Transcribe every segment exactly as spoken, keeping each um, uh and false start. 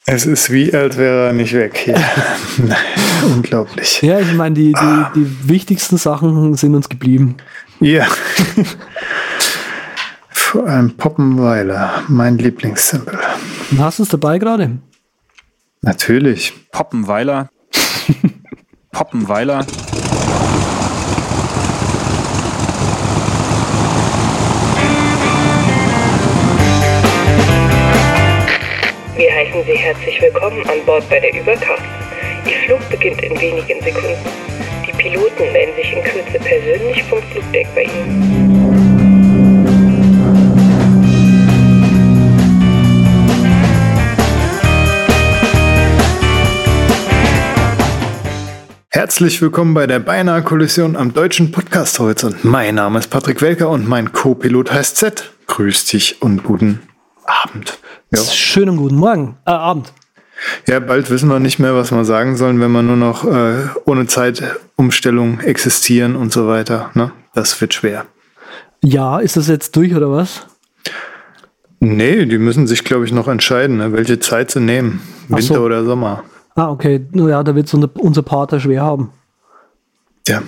Es ist wie, als wäre er nicht weg hier. Unglaublich. Ja, ich meine, die, die, ah. die wichtigsten Sachen sind uns geblieben. Ja. Vor allem Poppenweiler, mein Lieblingssample. Hast du es dabei gerade? Natürlich. Poppenweiler. Poppenweiler. Wir heißen Sie herzlich willkommen an Bord bei der Überkraft. Ihr Flug beginnt in wenigen Sekunden. Die Piloten melden sich in Kürze persönlich vom Flugdeck bei Ihnen. Herzlich willkommen bei der Beinahe Kollision am Deutschen Podcast-Horizont. Mein Name ist Patrick Welker und mein Co-Pilot heißt Z. Grüß dich und guten Abend. Ja. Schönen guten Morgen, äh, Abend. Ja, bald wissen wir nicht mehr, was wir sagen sollen, wenn wir nur noch äh, ohne Zeitumstellung existieren und so weiter. Ne? Das wird schwer. Ja, ist das jetzt durch oder was? Nee, die müssen sich, glaube ich, noch entscheiden, ne? Welche Zeit sie nehmen. Winter so. Oder Sommer. Ah, okay. Ja, da wird unser, unser Partner schwer haben. Ja.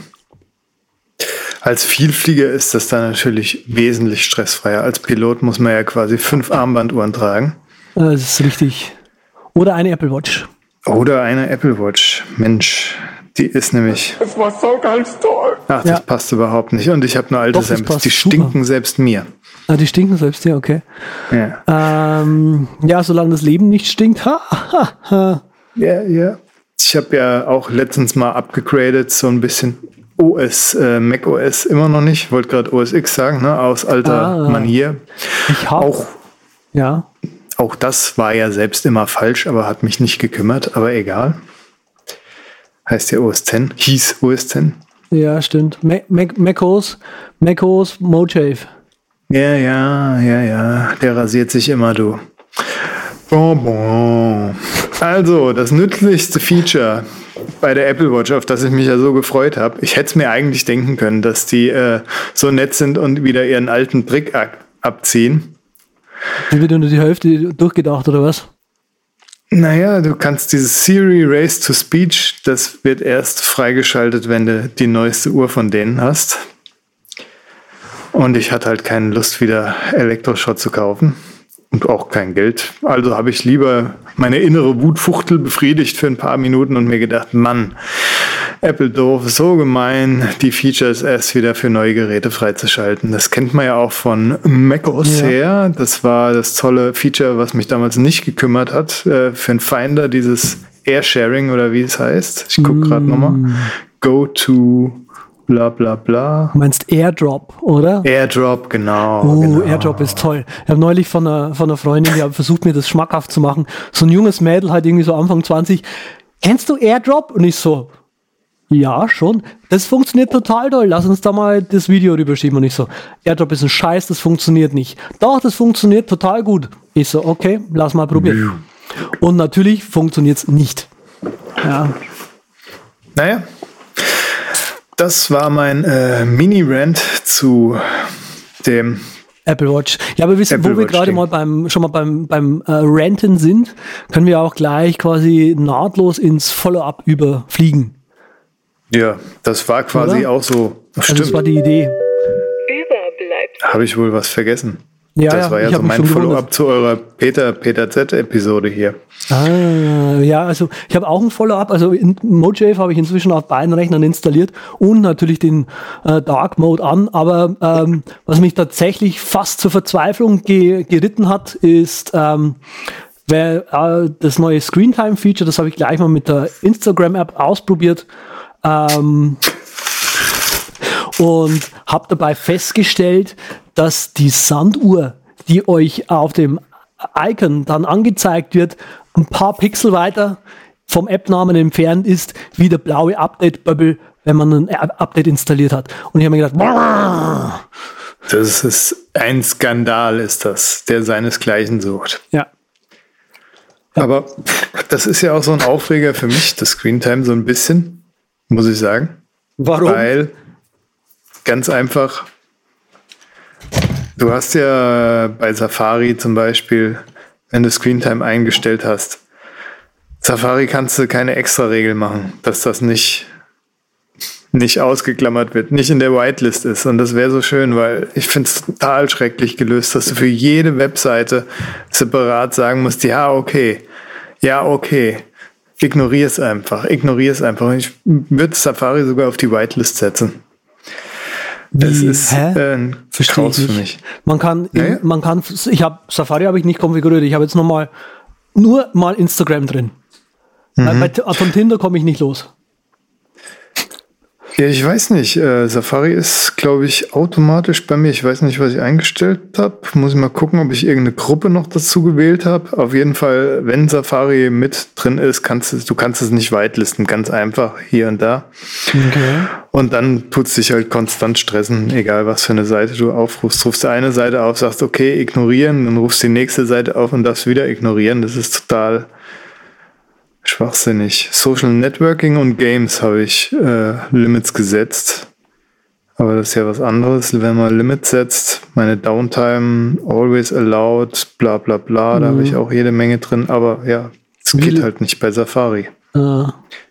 Als Vielflieger ist das dann natürlich wesentlich stressfreier. Als Pilot muss man ja quasi fünf Armbanduhren tragen. Das ist richtig. Oder eine Apple Watch. Oder eine Apple Watch. Mensch, die ist nämlich... Es war so ganz toll. Ach, das ja. passt überhaupt nicht. Und ich habe eine alte Samples. Die super. Stinken selbst mir. Ah, die stinken selbst dir, okay. Ja, ähm, ja solange das Leben nicht stinkt. Ha, ha, ha. Ja, ja. Ich habe ja auch letztens mal abgegradet, so ein bisschen O S, äh, Mac O S immer noch nicht. Ich wollte gerade O S X sagen, ne? Aus alter ah, Manier. Ich habe auch, ja. Auch das war ja selbst immer falsch, aber hat mich nicht gekümmert, aber egal. Heißt ja O S zehn, hieß O S zehn. Ja, stimmt. Mac, Mac, macOS, macOS Mojave. Ja, ja, ja, ja. Der rasiert sich immer, du. Bon, bon. Also, das nützlichste Feature bei der Apple Watch, auf das ich mich ja so gefreut habe. Ich hätte es mir eigentlich denken können, dass die äh, so nett sind und wieder ihren alten Trick ab- abziehen. Wie wird nur die Hälfte durchgedacht, oder was? Naja, du kannst dieses Siri Race to Speech, das wird erst freigeschaltet, wenn du die neueste Uhr von denen hast. Und ich hatte halt keine Lust, wieder Elektroschrott zu kaufen. Und auch kein Geld. Also habe ich lieber meine innere Wutfuchtel befriedigt für ein paar Minuten und mir gedacht, Mann, Apple doof, so gemein, die Features erst wieder für neue Geräte freizuschalten. Das kennt man ja auch von macOS ja. her. Das war das tolle Feature, was mich damals nicht gekümmert hat, äh, für einen Finder, dieses Air-Sharing oder wie es heißt. Ich gucke gerade mm. nochmal. Go to... Bla bla bla. Du meinst Airdrop, oder? Airdrop, genau. Oh, genau. Airdrop ist toll. Ich habe neulich von einer, von einer Freundin, die hat versucht, mir das schmackhaft zu machen. So ein junges Mädel, halt irgendwie so Anfang zwanzig. Kennst du Airdrop? Und ich so, ja, schon. Das funktioniert total toll. Lass uns da mal das Video rüberschieben. Und ich so, Airdrop ist ein Scheiß, das funktioniert nicht. Doch, das funktioniert total gut. Ich so, okay, lass mal probieren. Und natürlich funktioniert es nicht. Ja. Naja. Das war mein äh, Mini-Rant zu dem Apple Watch. Ja, aber wissen, wo wir gerade mal beim schon mal beim beim äh, Ranten sind, können wir auch gleich quasi nahtlos ins Follow-up überfliegen. Ja, das war quasi Oder? auch so. Also das war die Idee. Überbleibt. Habe ich wohl was vergessen? Ja, das war ja so mein Follow-up zu eurer Peter, Peter Z-Episode hier. Ah, ja, also ich habe auch ein Follow-up. Also in Mojave habe ich inzwischen auf beiden Rechnern installiert und natürlich den äh, Dark Mode an. Aber ähm, was mich tatsächlich fast zur Verzweiflung ge- geritten hat, ist ähm, wer, äh, das neue Screentime-Feature. Das habe ich gleich mal mit der Instagram-App ausprobiert. Ähm, und habe dabei festgestellt, dass die Sanduhr, die euch auf dem Icon dann angezeigt wird, ein paar Pixel weiter vom App-Namen entfernt ist, wie der blaue Update-Bubble, wenn man ein Update installiert hat. Und ich habe mir gedacht, Brrr. Das ist ein Skandal, ist das, der seinesgleichen sucht. Ja. Aber das ist ja auch so ein Aufreger für mich, das Screentime so ein bisschen, muss ich sagen. Warum? Weil ganz einfach, du hast ja bei Safari zum Beispiel, wenn du Screentime eingestellt hast, Safari kannst du keine Extra-Regel machen, dass das nicht, nicht ausgeklammert wird, nicht in der Whitelist ist. Und das wäre so schön, weil ich finde es total schrecklich gelöst, dass du für jede Webseite separat sagen musst, ja, okay, ja, okay. Ignoriere es einfach, ignoriere es einfach. Ich würde Safari sogar auf die Whitelist setzen. Das Wie? ist Hä? äh, ein Verstehe Graus ich für nicht. mich. Man kann, Ja, ja. man kann, ich habe Safari habe ich nicht konfiguriert. Ich habe jetzt noch mal nur mal Instagram drin. Weil Mhm. bei, von Tinder komme ich nicht los. Ja, ich weiß nicht. Äh, Safari ist, glaube ich, automatisch bei mir. Ich weiß nicht, was ich eingestellt habe. Muss ich mal gucken, ob ich irgendeine Gruppe noch dazu gewählt habe. Auf jeden Fall, wenn Safari mit drin ist, kannst du, du kannst es nicht whitelisten. Ganz einfach, hier und da. Okay. Und dann tut es dich halt konstant stressen, egal was für eine Seite du aufrufst. Rufst du eine Seite auf, sagst, okay, ignorieren, dann rufst du die nächste Seite auf und darfst wieder ignorieren. Das ist total schwachsinnig. Social Networking und Games habe ich äh, Limits gesetzt. Aber das ist ja was anderes. Wenn man Limits setzt, meine Downtime, always allowed, bla bla bla, da habe ich auch jede Menge drin. Aber ja, es geht Wie- halt nicht bei Safari. Äh,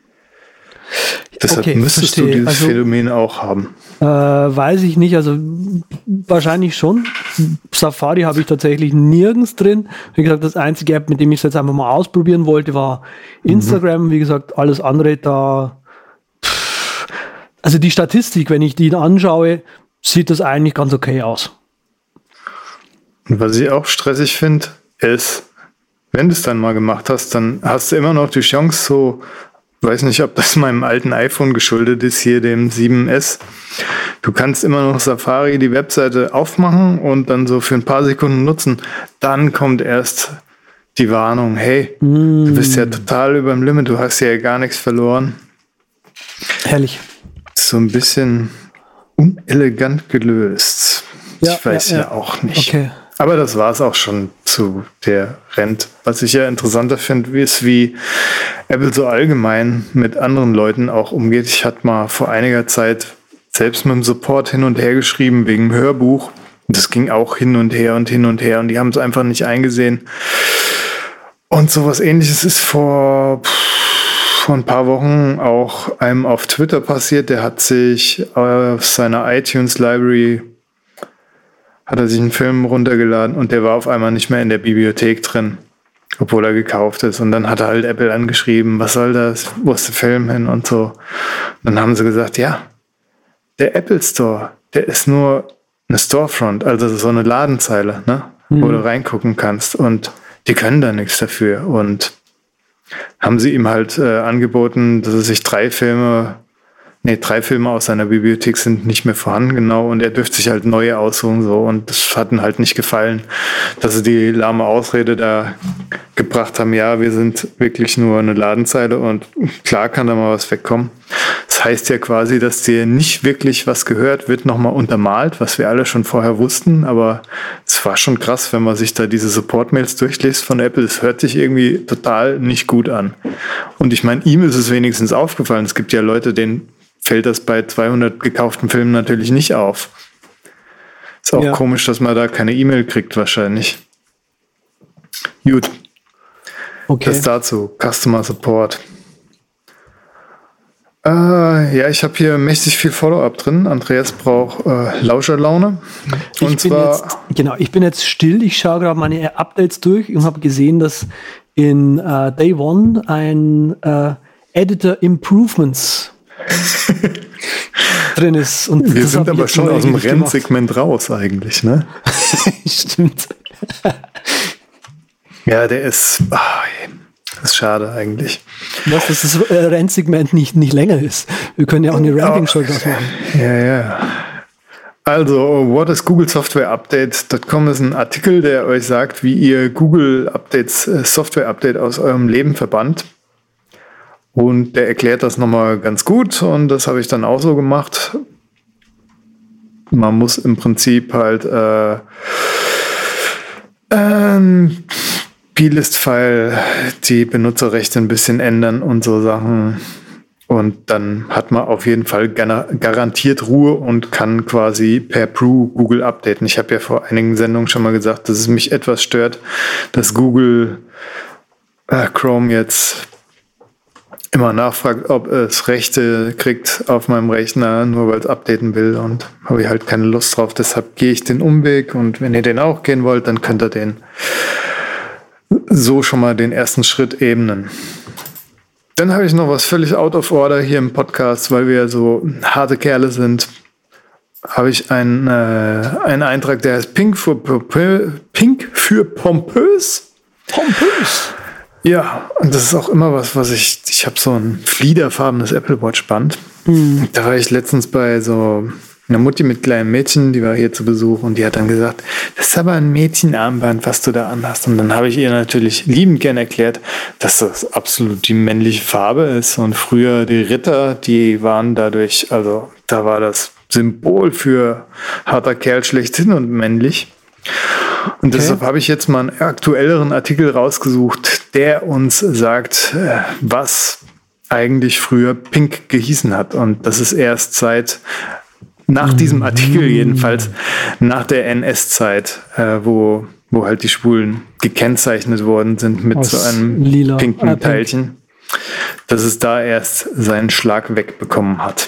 Deshalb Okay, müsstest verstehe. du dieses Also- Phänomen auch haben. äh, weiß ich nicht, also wahrscheinlich schon. Safari habe ich tatsächlich nirgends drin. Wie gesagt, das einzige App, mit dem ich es jetzt einfach mal ausprobieren wollte, war Instagram. Wie gesagt, alles andere da. Pff, also die Statistik, wenn ich die anschaue, sieht das eigentlich ganz okay aus. Und was ich auch stressig finde, ist, wenn du es dann mal gemacht hast, dann hast du immer noch die Chance, so, weiß nicht, ob das meinem alten iPhone geschuldet ist, hier dem sieben S. Du kannst immer noch Safari, die Webseite aufmachen und dann so für ein paar Sekunden nutzen. Dann kommt erst die Warnung, hey, du bist ja total über dem Limit, du hast ja gar nichts verloren. Herrlich. So ein bisschen unelegant gelöst. Ja, ich weiß ja, ja, ja. auch nicht. Okay. Aber das war es auch schon zu der Rent. Was ich ja interessanter finde, ist, wie Apple so allgemein mit anderen Leuten auch umgeht. Ich hatte mal vor einiger Zeit selbst mit dem Support hin und her geschrieben wegen dem Hörbuch. Das ging auch hin und her und hin und her und die haben es einfach nicht eingesehen. Und sowas Ähnliches ist vor, vor ein paar Wochen auch einem auf Twitter passiert. Der hat sich auf seiner iTunes-Library hat er sich einen Film runtergeladen und der war auf einmal nicht mehr in der Bibliothek drin, obwohl er gekauft ist. Und dann hat er halt Apple angeschrieben, was soll das, wo ist der Film hin und so. Und dann haben sie gesagt, ja, der Apple Store, der ist nur eine Storefront, also so eine Ladenzeile, ne, mhm. wo du reingucken kannst und die können da nichts dafür. Und haben sie ihm halt äh, angeboten, dass er sich drei Filme Nee, drei Filme aus seiner Bibliothek sind nicht mehr vorhanden, genau, und er dürfte sich halt neue aussuchen, so, und das hat ihm halt nicht gefallen, dass sie die lahme Ausrede da gebracht haben, ja, wir sind wirklich nur eine Ladenzeile und klar kann da mal was wegkommen. Das heißt ja quasi, dass dir nicht wirklich was gehört, wird nochmal untermalt, was wir alle schon vorher wussten, aber es war schon krass, wenn man sich da diese Support-Mails durchliest von Apple, es hört sich irgendwie total nicht gut an. Und ich meine, ihm ist es wenigstens aufgefallen, es gibt ja Leute, denen fällt das bei zweihundert gekauften Filmen natürlich nicht auf. Ist auch Ja. komisch, dass man da keine E-Mail kriegt wahrscheinlich. Gut, Okay. das dazu. Customer Support. Äh, ja, ich habe hier mächtig viel Follow-up drin. Andreas braucht äh, Lauscherlaune. Ich Und bin zwar, jetzt, genau, ich bin jetzt still. Ich schaue gerade meine Updates durch und habe gesehen, dass in äh, Day One ein äh, Editor Improvements drin ist. Und wir das sind hab ich aber jetzt schon aus dem neugierig gemacht. Rennsegment raus eigentlich, ne? Stimmt. Ja, der ist, ah, das ist schade eigentlich. Was, dass das äh, Rennsegment nicht, nicht länger ist. Wir können ja auch eine Ranking-Show draus machen. Ja, ja. Also, what is Google Software Update Punkt com ist ein Artikel, der euch sagt, wie ihr Google Updates, äh, Software Update aus eurem Leben verbannt. Und der erklärt das nochmal ganz gut und das habe ich dann auch so gemacht. Man muss im Prinzip halt äh, ähm, plist-File die Benutzerrechte ein bisschen ändern und so Sachen. Und dann hat man auf jeden Fall garantiert Ruhe und kann quasi per Brew Google updaten. Ich habe ja vor einigen Sendungen schon mal gesagt, dass es mich etwas stört, dass Google äh, Chrome jetzt immer nachfragt, ob es Rechte kriegt auf meinem Rechner, nur weil es updaten will, und habe ich halt keine Lust drauf. Deshalb gehe ich den Umweg, und wenn ihr den auch gehen wollt, dann könnt ihr den so schon mal den ersten Schritt ebnen. Dann habe ich noch was völlig out of order hier im Podcast, weil wir so harte Kerle sind. Habe ich einen, äh, einen Eintrag, der heißt Pink für, Pink für pompös. Pompös? Ja, und das ist auch immer was, was ich, ich habe so ein fliederfarbenes Apple Watch Band. Mhm. Da war ich letztens bei so einer Mutti mit kleinem Mädchen, die war hier zu Besuch, und die hat dann gesagt, das ist aber ein Mädchenarmband, was du da anhast. Und dann habe ich ihr natürlich liebend gern erklärt, dass das absolut die männliche Farbe ist. Und früher die Ritter, die waren dadurch, also da war das Symbol für harter Kerl schlechthin und männlich. Und okay. Deshalb habe ich jetzt mal einen aktuelleren Artikel rausgesucht, der uns sagt, was eigentlich früher Pink gehießen hat. Und das ist erst seit, nach diesem Artikel jedenfalls, nach der N S-Zeit, wo, wo halt die Schwulen gekennzeichnet worden sind mit Aus so einem lila, pinken äh, Teilchen, pink. Dass es da erst seinen Schlag wegbekommen hat.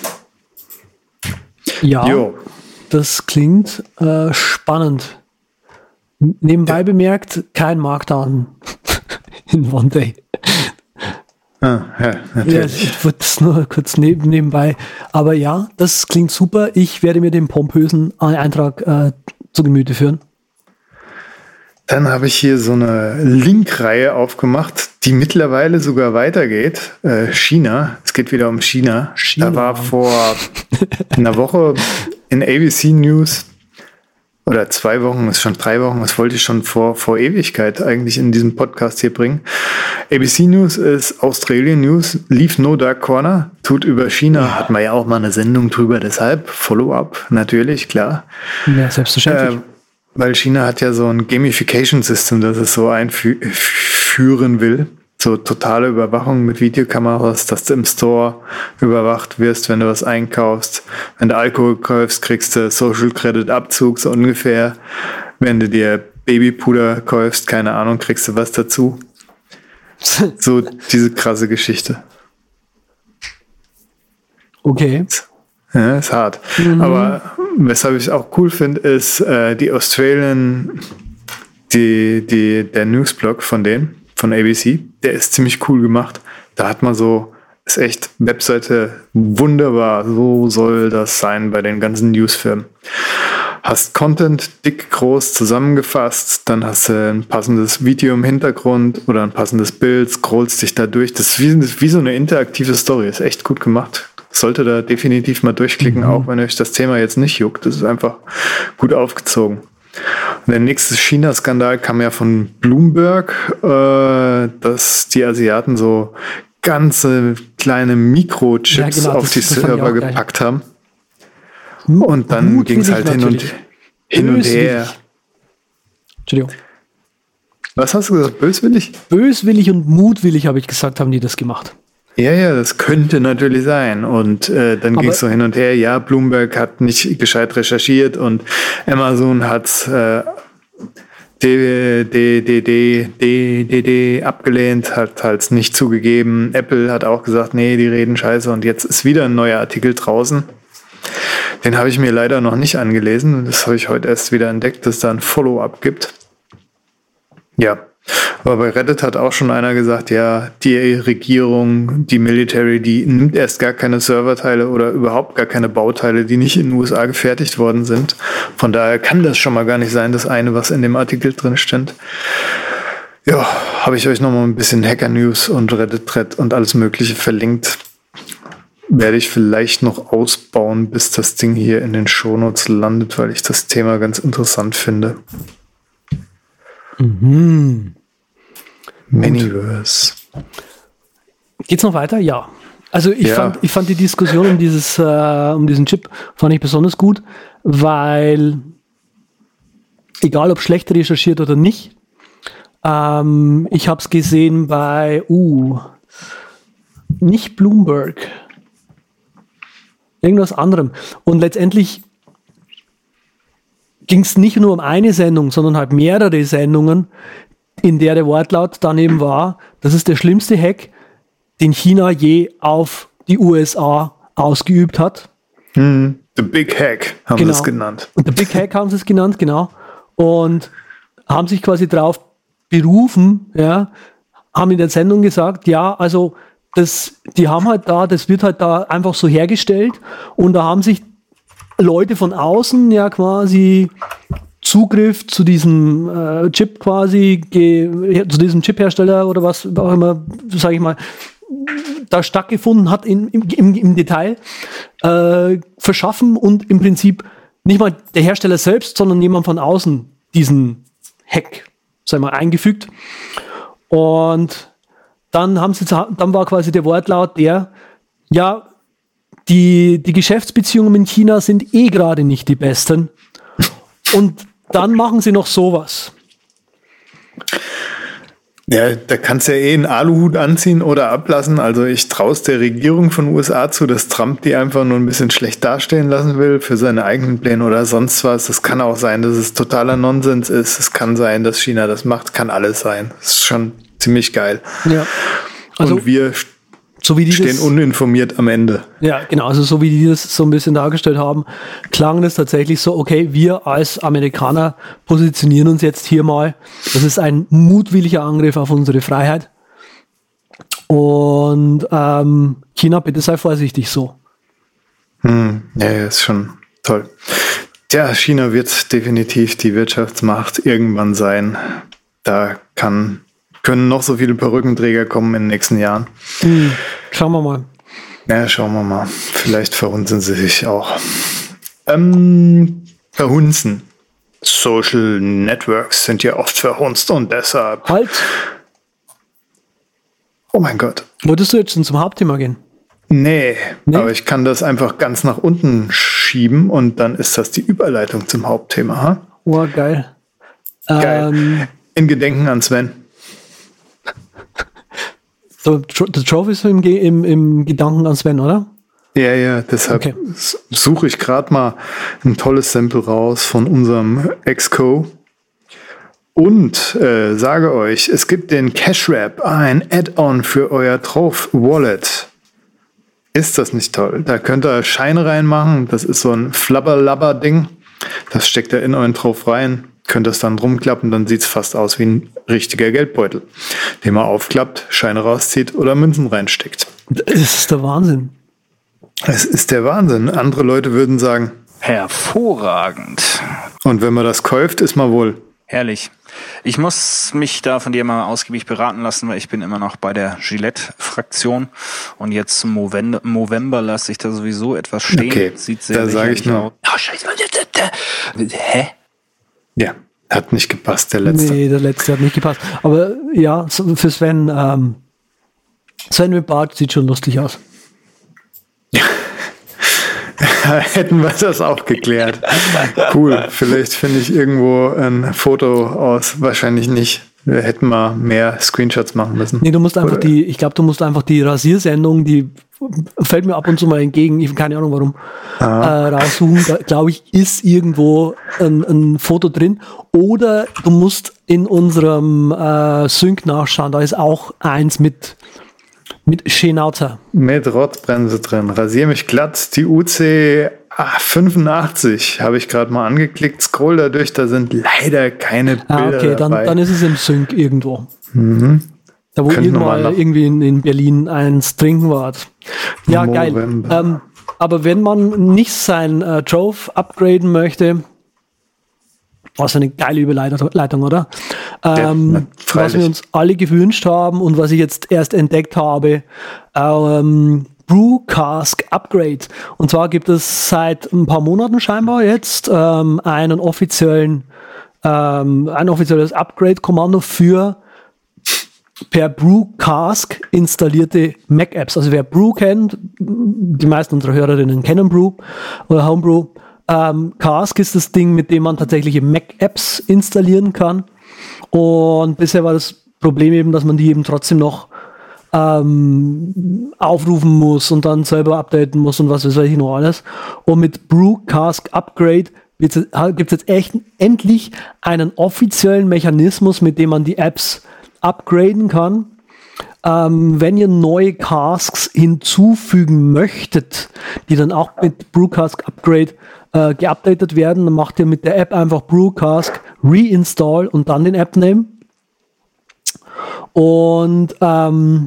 Ja, jo. Das klingt äh, spannend. Nebenbei ja. bemerkt, kein Markdown in One Day. Ah, ja, natürlich. Ja, ich würde das nur kurz neben, nebenbei. Aber ja, das klingt super. Ich werde mir den pompösen Eintrag äh, zu Gemüte führen. Dann habe ich hier so eine Linkreihe aufgemacht, die mittlerweile sogar weitergeht. Äh, China. Es geht wieder um China. China. Da war vor einer Woche in A B C News, oder zwei Wochen, ist schon drei Wochen, das wollte ich schon vor, vor Ewigkeit eigentlich in diesem Podcast hier bringen. A B C News ist Australian News, lief No Dark Corner, tut über China, hat man ja auch mal eine Sendung drüber, deshalb Follow-up, natürlich, klar. Ja, selbstverständlich. Äh, weil China hat ja so ein Gamification-System, das es so einführen will. So totale Überwachung mit Videokameras, dass du im Store überwacht wirst, wenn du was einkaufst. Wenn du Alkohol kaufst, kriegst du Social Credit Abzug, so ungefähr. Wenn du dir Babypuder kaufst, keine Ahnung, kriegst du was dazu. So diese krasse Geschichte. Okay. Ja, ist hart. Mhm. Aber weshalb ich auch cool finde, ist äh, die Australian, die, die, der Newsblog von denen, von A B C, der ist ziemlich cool gemacht. Da hat man so, ist echt Webseite wunderbar. So soll das sein bei den ganzen Newsfirmen. Hast Content dick, groß zusammengefasst, dann hast du ein passendes Video im Hintergrund oder ein passendes Bild, scrollst dich da durch. Das ist wie, wie so eine interaktive Story. Ist echt gut gemacht. Sollte da definitiv mal durchklicken, mhm. auch wenn euch das Thema jetzt nicht juckt. Das ist einfach gut aufgezogen. Und der nächste China-Skandal kam ja von Bloomberg, äh, dass die Asiaten so ganze kleine Mikrochips ja, genau, auf die Server gepackt geil. haben. Und dann ging es halt hin und, hin und her. Entschuldigung. Was hast du gesagt? Böswillig? Böswillig und mutwillig, habe ich gesagt, haben die das gemacht. Ja, ja, das könnte natürlich sein. Und äh, dann ging es so hin und her. Ja, Bloomberg hat nicht gescheit recherchiert und Amazon hat äh, D D D D D D D abgelehnt, hat halt nicht zugegeben. Apple hat auch gesagt, nee, die reden scheiße. Und jetzt ist wieder ein neuer Artikel draußen. Den habe ich mir leider noch nicht angelesen. Das habe ich heute erst wieder entdeckt, dass es da ein Follow-up gibt. Ja. Aber bei Reddit hat auch schon einer gesagt, ja, die Regierung, die Military, die nimmt erst gar keine Serverteile oder überhaupt gar keine Bauteile, die nicht in den U S A gefertigt worden sind. Von daher kann das schon mal gar nicht sein, das eine, was in dem Artikel drin stand. Ja, habe ich euch nochmal ein bisschen Hacker-News und Reddit-Thread und alles Mögliche verlinkt. Werde ich vielleicht noch ausbauen, bis das Ding hier in den Shownotes landet, weil ich das Thema ganz interessant finde. Mhm. Manyverse. Geht's noch weiter? Ja. Also ich, ja. fand, ich fand die Diskussion um, dieses, äh, um diesen Chip fand ich besonders gut, weil egal ob schlecht recherchiert oder nicht, ähm, ich habe es gesehen bei uh, nicht Bloomberg, irgendwas anderem. Und letztendlich ging es nicht nur um eine Sendung, sondern halt mehrere Sendungen, in der der Wortlaut dann eben war, das ist der schlimmste Hack, den China je auf die U S A ausgeübt hat. Hm, The Big Hack haben Genau. sie es genannt. Und The Big Hack haben sie es genannt, genau. Und haben sich quasi darauf berufen, ja, haben in der Sendung gesagt, ja, also das, die haben halt da, das wird halt da einfach so hergestellt und da haben sich Leute von außen ja quasi Zugriff zu diesem äh, Chip quasi, ge, zu diesem Chiphersteller oder was auch immer, sage ich mal, da stattgefunden hat in, im, im, im Detail, äh, verschaffen und im Prinzip nicht mal der Hersteller selbst, sondern jemand von außen diesen Hack, sagen wir, eingefügt. Und dann haben sie, dann war quasi der Wortlaut der, ja, die, die Geschäftsbeziehungen mit China sind eh gerade nicht die besten. Und dann machen sie noch sowas. Ja, da kannst du ja eh einen Aluhut anziehen oder ablassen. Also ich traue es der Regierung von U S A zu, dass Trump die einfach nur ein bisschen schlecht dastehen lassen will für seine eigenen Pläne oder sonst was. Es kann auch sein, dass es totaler Nonsens ist. Es kann sein, dass China das macht. Kann alles sein. Das ist schon ziemlich geil. Ja. Also, und wir so wie die stehen das, uninformiert am Ende. Ja, genau. Also so wie die das so ein bisschen dargestellt haben, klang das tatsächlich so, okay, wir als Amerikaner positionieren uns jetzt hier mal. Das ist ein mutwilliger Angriff auf unsere Freiheit. Und ähm, China, bitte sei vorsichtig so. Hm, ja, ist schon toll. Tja, China wird definitiv die Wirtschaftsmacht irgendwann sein. Da kann... können noch so viele Perückenträger kommen in den nächsten Jahren. Hm, schauen wir mal. Ja, schauen wir mal. Vielleicht verhunzen sie sich auch. Ähm, verhunzen. Social Networks sind ja oft verhunzt und deshalb... Halt! Oh mein Gott. Wolltest du jetzt schon zum Hauptthema gehen? Nee, Nee? aber ich kann das einfach ganz nach unten schieben und dann ist das die Überleitung zum Hauptthema. Ha? Oh, geil. Geil. Ähm, In Gedenken an Sven. so, der Trophy ist im, Ge- im, im Gedanken an Sven, oder? Ja, ja, deshalb Okay. s- suche ich gerade mal ein tolles Sample raus von unserem Xcode. Und äh, sage euch, es gibt den Cash-Wrap, ein Add-on für euer Trove-Wallet. Ist das nicht toll? Da könnt ihr Scheine reinmachen. Das ist so ein Flabber-Labber-Ding. Das steckt ihr in euren Trove rein. Könnt das dann rumklappen, dann sieht es fast aus wie ein richtiger Geldbeutel, den man aufklappt, Scheine rauszieht oder Münzen reinsteckt. Das ist der Wahnsinn. Es ist der Wahnsinn. Andere Leute würden sagen, Hervorragend. und wenn man das kauft, ist man wohl. Herrlich. Ich muss mich da von dir mal ausgiebig beraten lassen, weil ich bin immer noch bei der Gillette-Fraktion und jetzt zum Movember, Movember lasse ich da sowieso etwas stehen. Okay, Sieht sehr da sage ich lächerlich nur- aus. Oh, scheiße. Hä? Ja, hat nicht gepasst, der letzte. Nee, der letzte hat nicht gepasst. Aber ja, so für Sven, ähm, Sven mit Bart sieht schon lustig aus. Hätten wir das auch geklärt. Cool, vielleicht finde ich irgendwo ein Foto aus. Wahrscheinlich nicht. Wir hätten mal mehr Screenshots machen müssen. Nee, du musst einfach Oder- die, ich glaube, du musst einfach die Rasiersendung, die fällt mir ab und zu mal entgegen, ich habe keine Ahnung warum, äh, raussuchen. Da, glaube ich, ist irgendwo ein, ein Foto drin. Oder du musst in unserem äh, Sync nachschauen, da ist auch eins mit, mit Schenauter. Mit Rotzbremse drin. Rasier mich glatt. Die U C fünfundachtzig habe ich gerade mal angeklickt. Scroll da durch, da sind leider keine Bilder Ah, okay, dann, dabei. dann ist es im Sync irgendwo. Mhm. Da wo Könnten wir irgendwann mal nach- irgendwie in, in Berlin eins trinken war. Ja, geil. November. Ähm, aber wenn man nicht sein äh, Trove upgraden möchte, was eine geile Überleitung, oder? Ähm, Ja, freilich. was wir uns alle gewünscht haben und was ich jetzt erst entdeckt habe, ähm, Brew Cask Upgrade. Und zwar gibt es seit ein paar Monaten scheinbar jetzt ähm, einen offiziellen, ähm, ein offizielles Upgrade-Kommando für per Brew Cask installierte Mac-Apps. Also wer Brew kennt, die meisten unserer Hörerinnen kennen Brew oder Homebrew. Ähm, Cask ist das Ding, mit dem man tatsächliche Mac-Apps installieren kann. Und bisher war das Problem eben, dass man die eben trotzdem noch ähm, aufrufen muss und dann selber updaten muss und was weiß ich noch alles. Und mit Brew Cask Upgrade gibt es jetzt echt endlich einen offiziellen Mechanismus, mit dem man die Apps upgraden kann. Ähm, wenn ihr neue Casks hinzufügen möchtet, die dann auch mit Brewcask Upgrade äh, geupdatet werden, dann macht ihr mit der App einfach Brewcask Reinstall und dann den App-Name. Und ähm,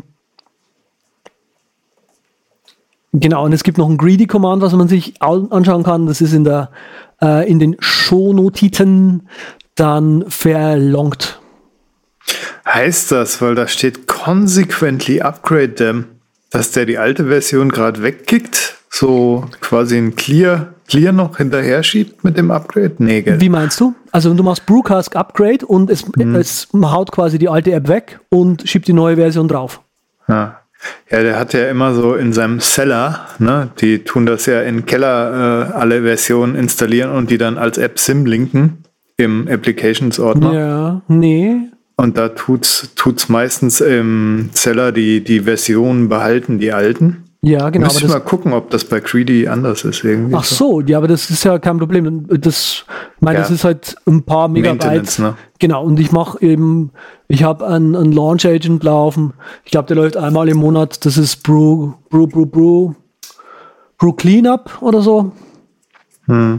genau, und es gibt noch ein Greedy-Command, was man sich anschauen kann. Das ist in der äh, in den Shownotizen dann verlongt. Heißt das, weil da steht consequently upgrade them, dass der die alte Version gerade wegkickt, so quasi ein Clear, Clear noch hinterher schiebt mit dem Upgrade? Nee, gell? Wie meinst du? Also du machst Brewcask Upgrade und es, mhm. es haut quasi die alte App weg und schiebt die neue Version drauf. Ja. Ja, der hat ja immer so in seinem Seller, ne, die tun das ja in Keller äh, alle Versionen installieren und die dann als App symlinken im Applications-Ordner. Ja, nee. Und da tut's, tut's meistens im Seller die, die Versionen behalten, die alten. Ja, genau. Müssen wir mal gucken, ob das bei Greedy anders ist irgendwie. Ach so, ja, aber das ist ja kein Problem. Das, ich meine, ja. das ist halt ein paar Megabyte. Ne? Genau, und ich mache eben, ich habe einen, einen Launch Agent laufen. Ich glaube, der läuft einmal im Monat. Das ist Brew, Brew, Brew, Brew, Brew Cleanup oder so. Hm.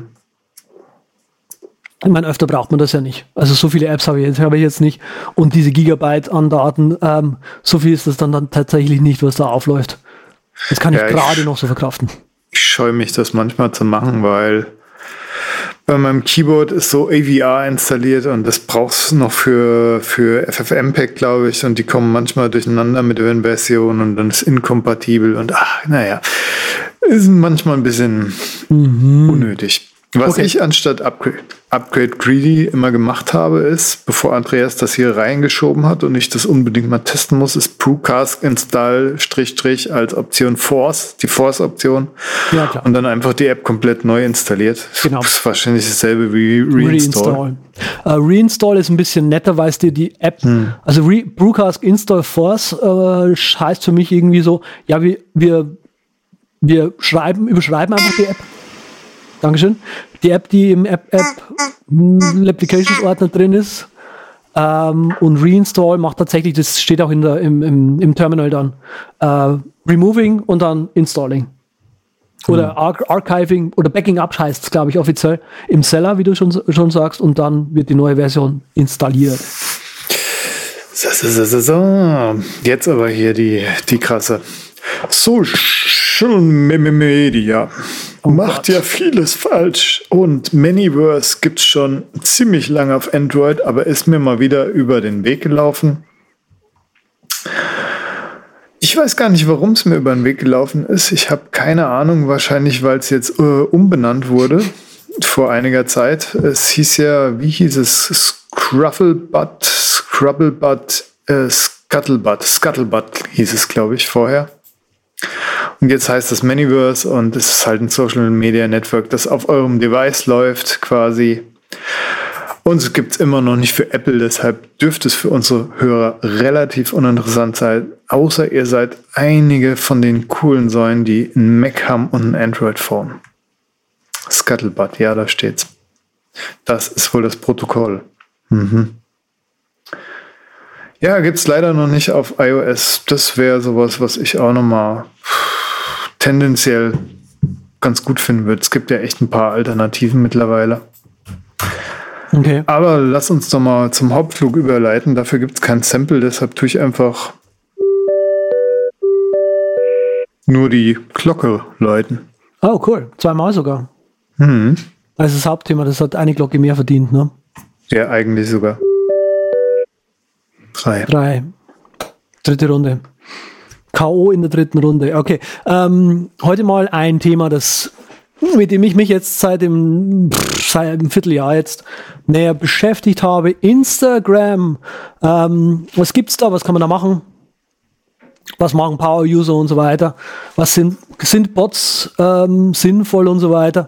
Ich meine, öfter braucht man das ja nicht. Also so viele Apps habe ich jetzt, habe ich jetzt nicht. Und diese Gigabyte an Daten, ähm, so viel ist das dann, dann tatsächlich nicht, was da aufläuft. Das kann ja, ich gerade noch so verkraften. Ich scheue mich, das manchmal zu machen, weil bei meinem Keyboard ist so A V R installiert und das brauchst du noch für, für F F M-P E G, glaube ich. Und die kommen manchmal durcheinander mit den Versionen und dann ist inkompatibel. Und ach, naja, ist manchmal ein bisschen mhm. unnötig. Was okay. ich anstatt Upgrade, Upgrade Greedy immer gemacht habe, ist, bevor Andreas das hier reingeschoben hat und ich das unbedingt mal testen muss, ist Brewcask Install Strich Strich als Option Force, die Force-Option. Ja, klar. Und dann einfach die App komplett neu installiert. Genau. Das ist wahrscheinlich dasselbe wie Reinstall. Reinstall, uh, Reinstall ist ein bisschen netter, weil es dir die App, hm. also Re- Brewcask Install Force äh, heißt für mich irgendwie so, ja, wir, wir, wir schreiben, überschreiben einfach die App. Dankeschön. Die App, die im App, App Applications Ordner drin ist. Ähm, und Reinstall macht tatsächlich, das steht auch in der, im, im, im Terminal dann, äh, Removing und dann Installing. Oder mhm. Ar- Archiving oder Backing Up heißt es, glaube ich, offiziell im Seller, wie du schon, schon sagst, und dann wird die neue Version installiert. So, so, so, so, so. Jetzt aber hier die, die krasse Social Media. Oh Macht Gott. Ja vieles falsch und Manyverse gibt es schon ziemlich lange auf Android, aber ist mir mal wieder über den Weg gelaufen. Ich weiß gar nicht, warum es mir über den Weg gelaufen ist. Ich habe keine Ahnung, wahrscheinlich, weil es jetzt äh, umbenannt wurde vor einiger Zeit. Es hieß ja, wie hieß es? Scrufflebutt, Scrubblebutt, äh, Scuttlebutt, Scuttlebutt hieß es, glaube ich, vorher. Und jetzt heißt das Manyverse und es ist halt ein Social Media Network, das auf eurem Device läuft quasi. Und es gibt es immer noch nicht für Apple, deshalb dürfte es für unsere Hörer relativ uninteressant sein, außer ihr seid einige von den coolen Säulen, die ein Mac haben und ein Android-Phone. Scuttlebutt, ja, da steht's. Das ist wohl das Protokoll. Mhm. Ja, gibt es leider noch nicht auf iOS. Das wäre sowas, was ich auch nochmal tendenziell ganz gut finden würde. Es gibt ja echt ein paar Alternativen mittlerweile. Okay. Aber lass uns doch mal zum Hauptflug überleiten. Dafür gibt es kein Sample, deshalb tue ich einfach nur die Glocke läuten. Oh, cool. Zweimal sogar. Mhm. Das ist das Hauptthema. Das hat eine Glocke mehr verdient, ne? Ja, eigentlich sogar. Drei. Drei. Dritte Runde. K O in der dritten Runde. Okay. Ähm, heute mal ein Thema, das mit dem ich mich jetzt seit dem, seit einem Vierteljahr jetzt näher beschäftigt habe. Instagram. Ähm, was gibt's da? Was kann man da machen? Was machen Power-User und so weiter? Was sind, sind Bots ähm, sinnvoll und so weiter?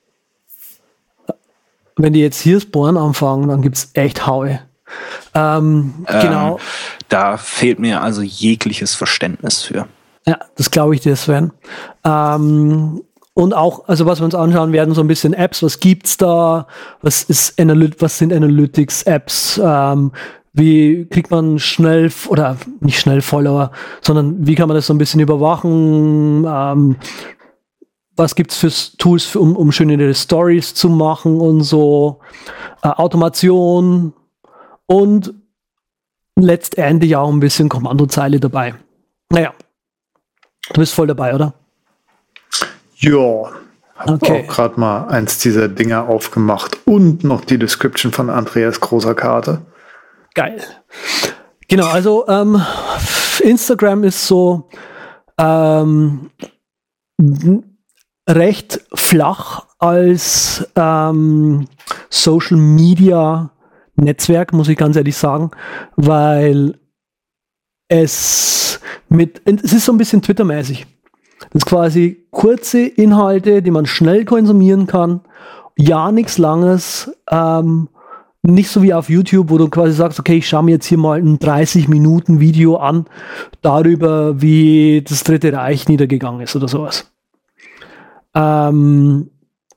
Wenn die jetzt hier Sporen anfangen, dann gibt's echt Haue. Ähm, ähm, genau. Da fehlt mir also jegliches Verständnis für. Ja, das glaube ich dir, Sven. Ähm, und auch, also was wir uns anschauen werden, so ein bisschen Apps, was gibt's da? Was ist Analyt- was sind Analytics-Apps? Ähm, wie kriegt man schnell, oder nicht schnell Follower, sondern wie kann man das so ein bisschen überwachen, ähm, was gibt's für Tools, für, um, um schönere Stories zu machen und so, äh, Automation und letztendlich auch ein bisschen Kommandozeile dabei. Naja, du bist voll dabei, oder? Ja, hab Okay. auch gerade mal eins dieser Dinger aufgemacht und noch die Description von Andreas großer Karte. Geil. Genau, also ähm, Instagram ist so ähm, recht flach als ähm, Social Media Netzwerk, muss ich ganz ehrlich sagen, weil es mit, es ist so ein bisschen Twitter-mäßig. Das ist quasi kurze Inhalte, die man schnell konsumieren kann, ja, nichts Langes, ähm, nicht so wie auf YouTube, wo du quasi sagst, okay, ich schaue mir jetzt hier mal ein dreißig Minuten Video an, darüber, wie das Dritte Reich niedergegangen ist oder sowas. Ähm,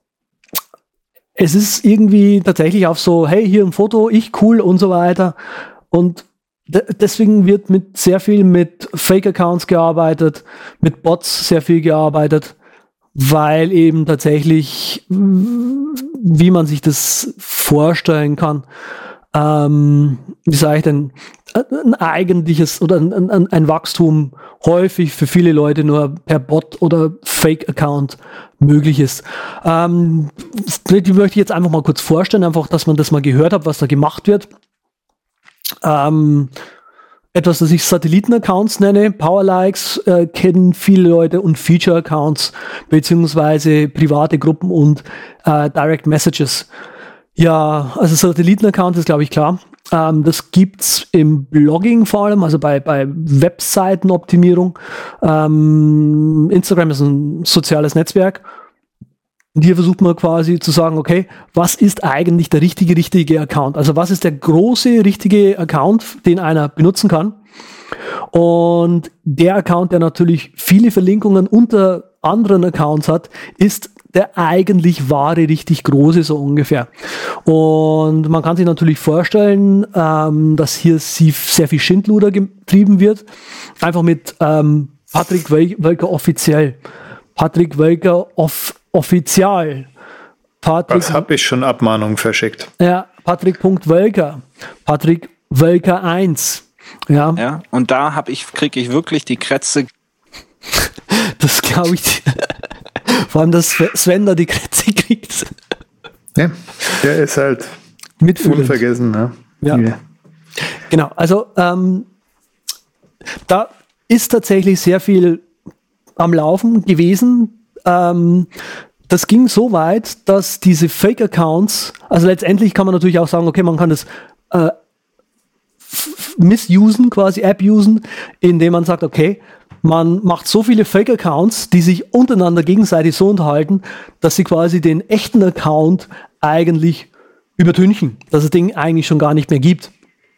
es ist irgendwie tatsächlich auf so, hey, hier ein Foto, ich cool und so weiter. Und de- deswegen wird mit sehr viel mit Fake-Accounts gearbeitet, mit Bots sehr viel gearbeitet, weil eben tatsächlich, wie man sich das vorstellen kann, ähm, wie sage ich denn, ein eigentliches oder ein, ein, ein Wachstum häufig für viele Leute nur per Bot oder Fake-Account möglich ist. Ähm, die möchte ich jetzt einfach mal kurz vorstellen, einfach, dass man das mal gehört hat, was da gemacht wird. Ähm, etwas, das ich Satelliten-Accounts nenne, Powerlikes äh, kennen viele Leute und Feature-Accounts beziehungsweise private Gruppen und äh, Direct Messages. Ja, also Satelliten-Account ist, glaube ich, klar. Ähm, das gibt's im Blogging vor allem, also bei, bei Webseitenoptimierung. Ähm, Instagram ist ein soziales Netzwerk. Und hier versucht man quasi zu sagen, okay, was ist eigentlich der richtige, richtige Account? Also was ist der große, richtige Account, den einer benutzen kann? Und der Account, der natürlich viele Verlinkungen unter anderen Accounts hat, ist der eigentlich wahre, richtig große, so ungefähr. Und man kann sich natürlich vorstellen, ähm, dass hier sehr viel Schindluder getrieben wird. Einfach mit ähm, Patrick Wölker offiziell. Patrick Wölker off offizial. Patrick, Was habe ich schon Abmahnungen verschickt? Ja, Patrick.Wölker. Patrick Wölker eins. Ja. Ja, und da hab ich, kriege ich wirklich die Krätze. Das glaube ich. Vor allem, dass Sven da die Krätze kriegt. Ja, der ist halt Mitfühlend. unvergessen. Ne? Ja. Ja. Genau, also ähm, da ist tatsächlich sehr viel am Laufen gewesen. Ähm, das ging so weit, dass diese Fake-Accounts, also letztendlich kann man natürlich auch sagen, okay, man kann das äh, missusen, quasi abusen, indem man sagt, okay, man macht so viele Fake-Accounts, die sich untereinander gegenseitig so unterhalten, dass sie quasi den echten Account eigentlich übertünchen, dass das Ding eigentlich schon gar nicht mehr gibt.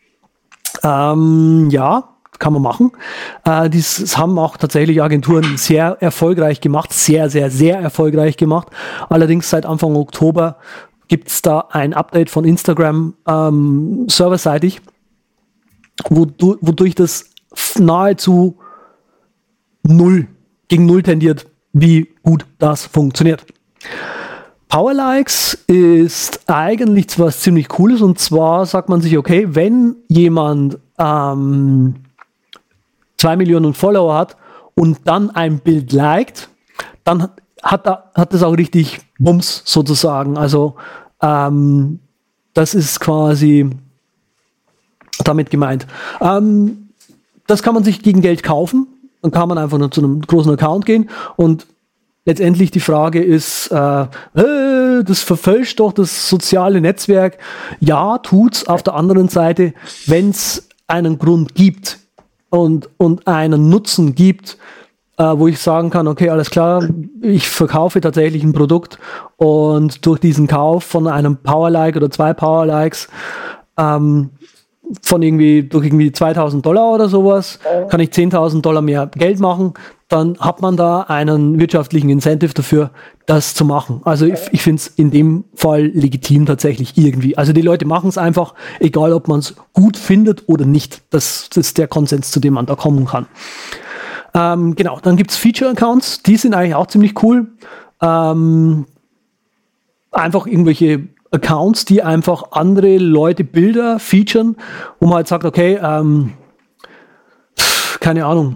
Ähm, ja, kann man machen. Äh, das haben auch tatsächlich Agenturen sehr erfolgreich gemacht, sehr, sehr, sehr erfolgreich gemacht. Allerdings seit Anfang Oktober gibt es da ein Update von Instagram ähm, serverseitig, wodurch, wodurch das nahezu null gegen null tendiert, wie gut das funktioniert. Powerlikes ist eigentlich was ziemlich Cooles, und zwar sagt man sich, okay, wenn jemand ähm, zwei Millionen Follower hat und dann ein Bild liked, dann hat er, hat das auch richtig Bums sozusagen. Also ähm, das ist quasi damit gemeint. Ähm, das kann man sich gegen Geld kaufen. Dann kann man einfach nur zu einem großen Account gehen, und letztendlich die Frage ist, äh, äh, das verfälscht doch das soziale Netzwerk. Ja, tut's. Auf der anderen Seite, wenn es einen Grund gibt und, und einen Nutzen gibt, äh, wo ich sagen kann, okay, alles klar, ich verkaufe tatsächlich ein Produkt, und durch diesen Kauf von einem Powerlike oder zwei Powerlikes ähm, von irgendwie durch irgendwie zweitausend Dollar oder sowas, kann ich zehntausend Dollar mehr Geld machen, dann hat man da einen wirtschaftlichen Incentive dafür, das zu machen. Also ich, ich finde es in dem Fall legitim tatsächlich irgendwie. Also die Leute machen es einfach, egal ob man es gut findet oder nicht. Das, das ist der Konsens, zu dem man da kommen kann. Ähm, genau, dann gibt's Feature-Accounts, die sind eigentlich auch ziemlich cool. Ähm, einfach irgendwelche Accounts, die einfach andere Leute Bilder featuren, wo man halt sagt, okay, ähm, keine Ahnung,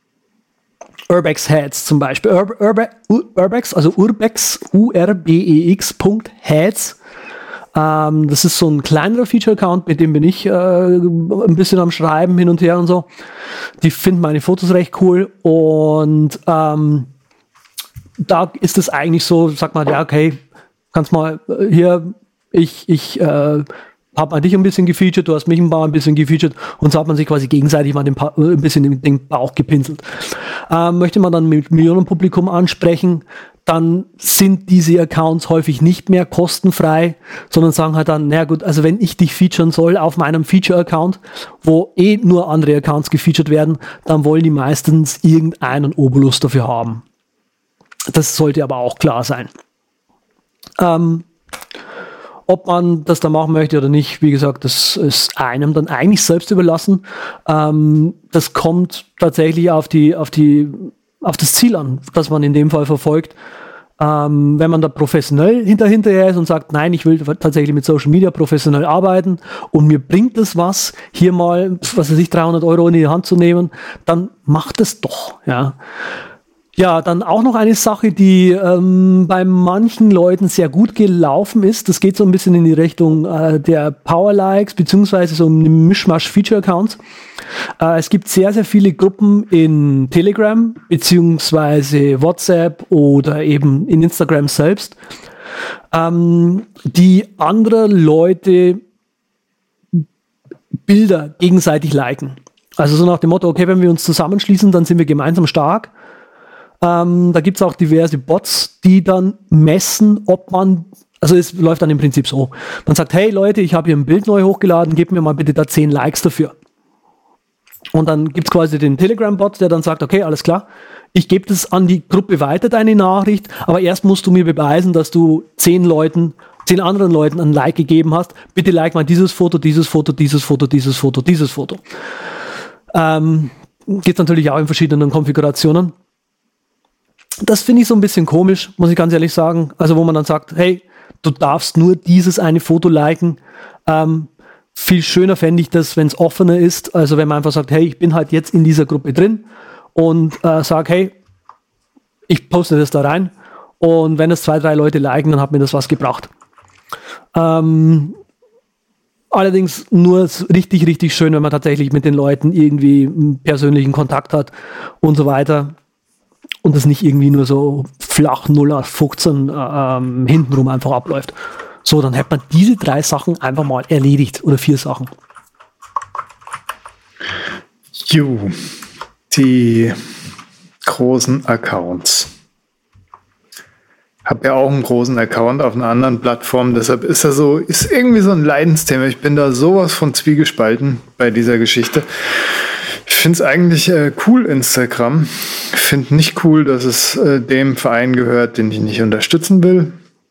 Urbex Heads zum Beispiel. Ur- Urbe- Urbex, also Urbex, U R B E X Punkt Heads. Ähm, das ist so ein kleinerer Feature-Account, mit dem bin ich äh, ein bisschen am Schreiben hin und her und so. Die finden meine Fotos recht cool und ähm, da ist es eigentlich so, sagt man, ja, okay, kannst mal äh, hier, ich, ich äh, habe mal dich ein bisschen gefeatured, du hast mich ein paar ein bisschen gefeatured und so hat man sich quasi gegenseitig mal den pa- ein bisschen den, den Bauch gepinselt. Ähm, möchte man dann mit Millionenpublikum ansprechen, dann sind diese Accounts häufig nicht mehr kostenfrei, sondern sagen halt dann, na gut, also wenn ich dich featuren soll auf meinem Feature-Account, wo eh nur andere Accounts gefeatured werden, dann wollen die meistens irgendeinen Obolus dafür haben. Das sollte aber auch klar sein. Ähm, ob man das da machen möchte oder nicht, wie gesagt, das ist einem dann eigentlich selbst überlassen. Ähm, das kommt tatsächlich auf die, auf die, auf das Ziel an, das man in dem Fall verfolgt. Ähm, wenn man da professionell hinter, hinterher ist und sagt, nein, ich will tatsächlich mit Social Media professionell arbeiten und mir bringt es was, hier mal, was weiß ich, dreihundert Euro in die Hand zu nehmen, dann macht es doch, ja. Ja, dann auch noch eine Sache, die ähm, bei manchen Leuten sehr gut gelaufen ist. Das geht so ein bisschen in die Richtung äh, der Power-Likes, beziehungsweise so ein Mischmasch-Feature-Accounts. Äh, es gibt sehr, sehr viele Gruppen in Telegram, beziehungsweise WhatsApp oder eben in Instagram selbst, ähm, die andere Leute Bilder gegenseitig liken. Also so nach dem Motto, okay, wenn wir uns zusammenschließen, dann sind wir gemeinsam stark. Ähm, da gibt es auch diverse Bots, die dann messen, ob man, also es läuft dann im Prinzip so, man sagt, hey Leute, ich habe hier ein Bild neu hochgeladen, gebt mir mal bitte da zehn Likes dafür. Und dann gibt es quasi den Telegram-Bot, der dann sagt, okay, alles klar, ich gebe das an die Gruppe weiter, deine Nachricht, aber erst musst du mir beweisen, dass du zehn Leuten, zehn anderen Leuten ein Like gegeben hast. Bitte like mal dieses Foto, dieses Foto, dieses Foto, dieses Foto, dieses Foto. Ähm, geht natürlich auch in verschiedenen Konfigurationen. Das finde ich so ein bisschen komisch, muss ich ganz ehrlich sagen. Also wo man dann sagt, hey, du darfst nur dieses eine Foto liken. Ähm, viel schöner fände ich das, wenn es offener ist. Also wenn man einfach sagt, hey, ich bin halt jetzt in dieser Gruppe drin und äh, sage, hey, ich poste das da rein. Und wenn es zwei, drei Leute liken, dann hat mir das was gebracht. Ähm, allerdings nur richtig, richtig schön, wenn man tatsächlich mit den Leuten irgendwie einen persönlichen Kontakt hat und so weiter. Und das nicht irgendwie nur so flach null acht fünfzehn äh, ähm, hintenrum einfach abläuft. So, dann hätte man diese drei Sachen einfach mal erledigt. Oder vier Sachen. Jo, die großen Accounts. Hab ja auch einen großen Account auf einer anderen Plattform, deshalb ist er so, ist irgendwie so ein Leidensthema. Ich bin da sowas von zwiegespalten bei dieser Geschichte. Ich finde es eigentlich äh, cool, Instagram. Ich finde nicht cool, dass es äh, dem Verein gehört, den ich nicht unterstützen will.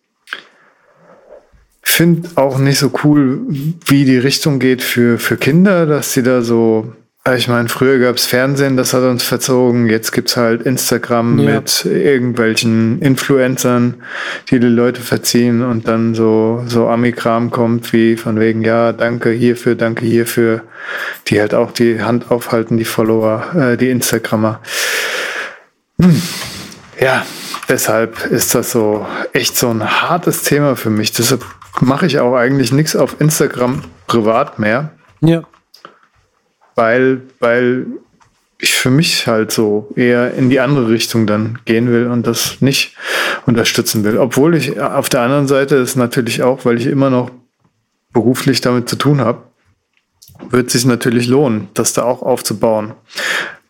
Ich finde auch nicht so cool, wie die Richtung geht für, für Kinder, dass sie da so, äh, ich meine, früher gab es Fernsehen, das hat uns verzogen, jetzt gibt es halt Instagram ja. mit irgendwelchen Influencern, die die Leute verziehen und dann so, so Ami-Kram kommt, wie von wegen, ja, danke hierfür, danke hierfür, die halt auch die Hand aufhalten, die Follower, äh, die Instagrammer. Hm. Ja, deshalb ist das so echt so ein hartes Thema für mich. Deshalb mache ich auch eigentlich nichts auf Instagram privat mehr. Ja. Weil, weil ich für mich halt so eher in die andere Richtung dann gehen will und das nicht unterstützen will. Obwohl ich auf der anderen Seite ist natürlich auch, weil ich immer noch beruflich damit zu tun habe, wird es sich natürlich lohnen, das da auch aufzubauen.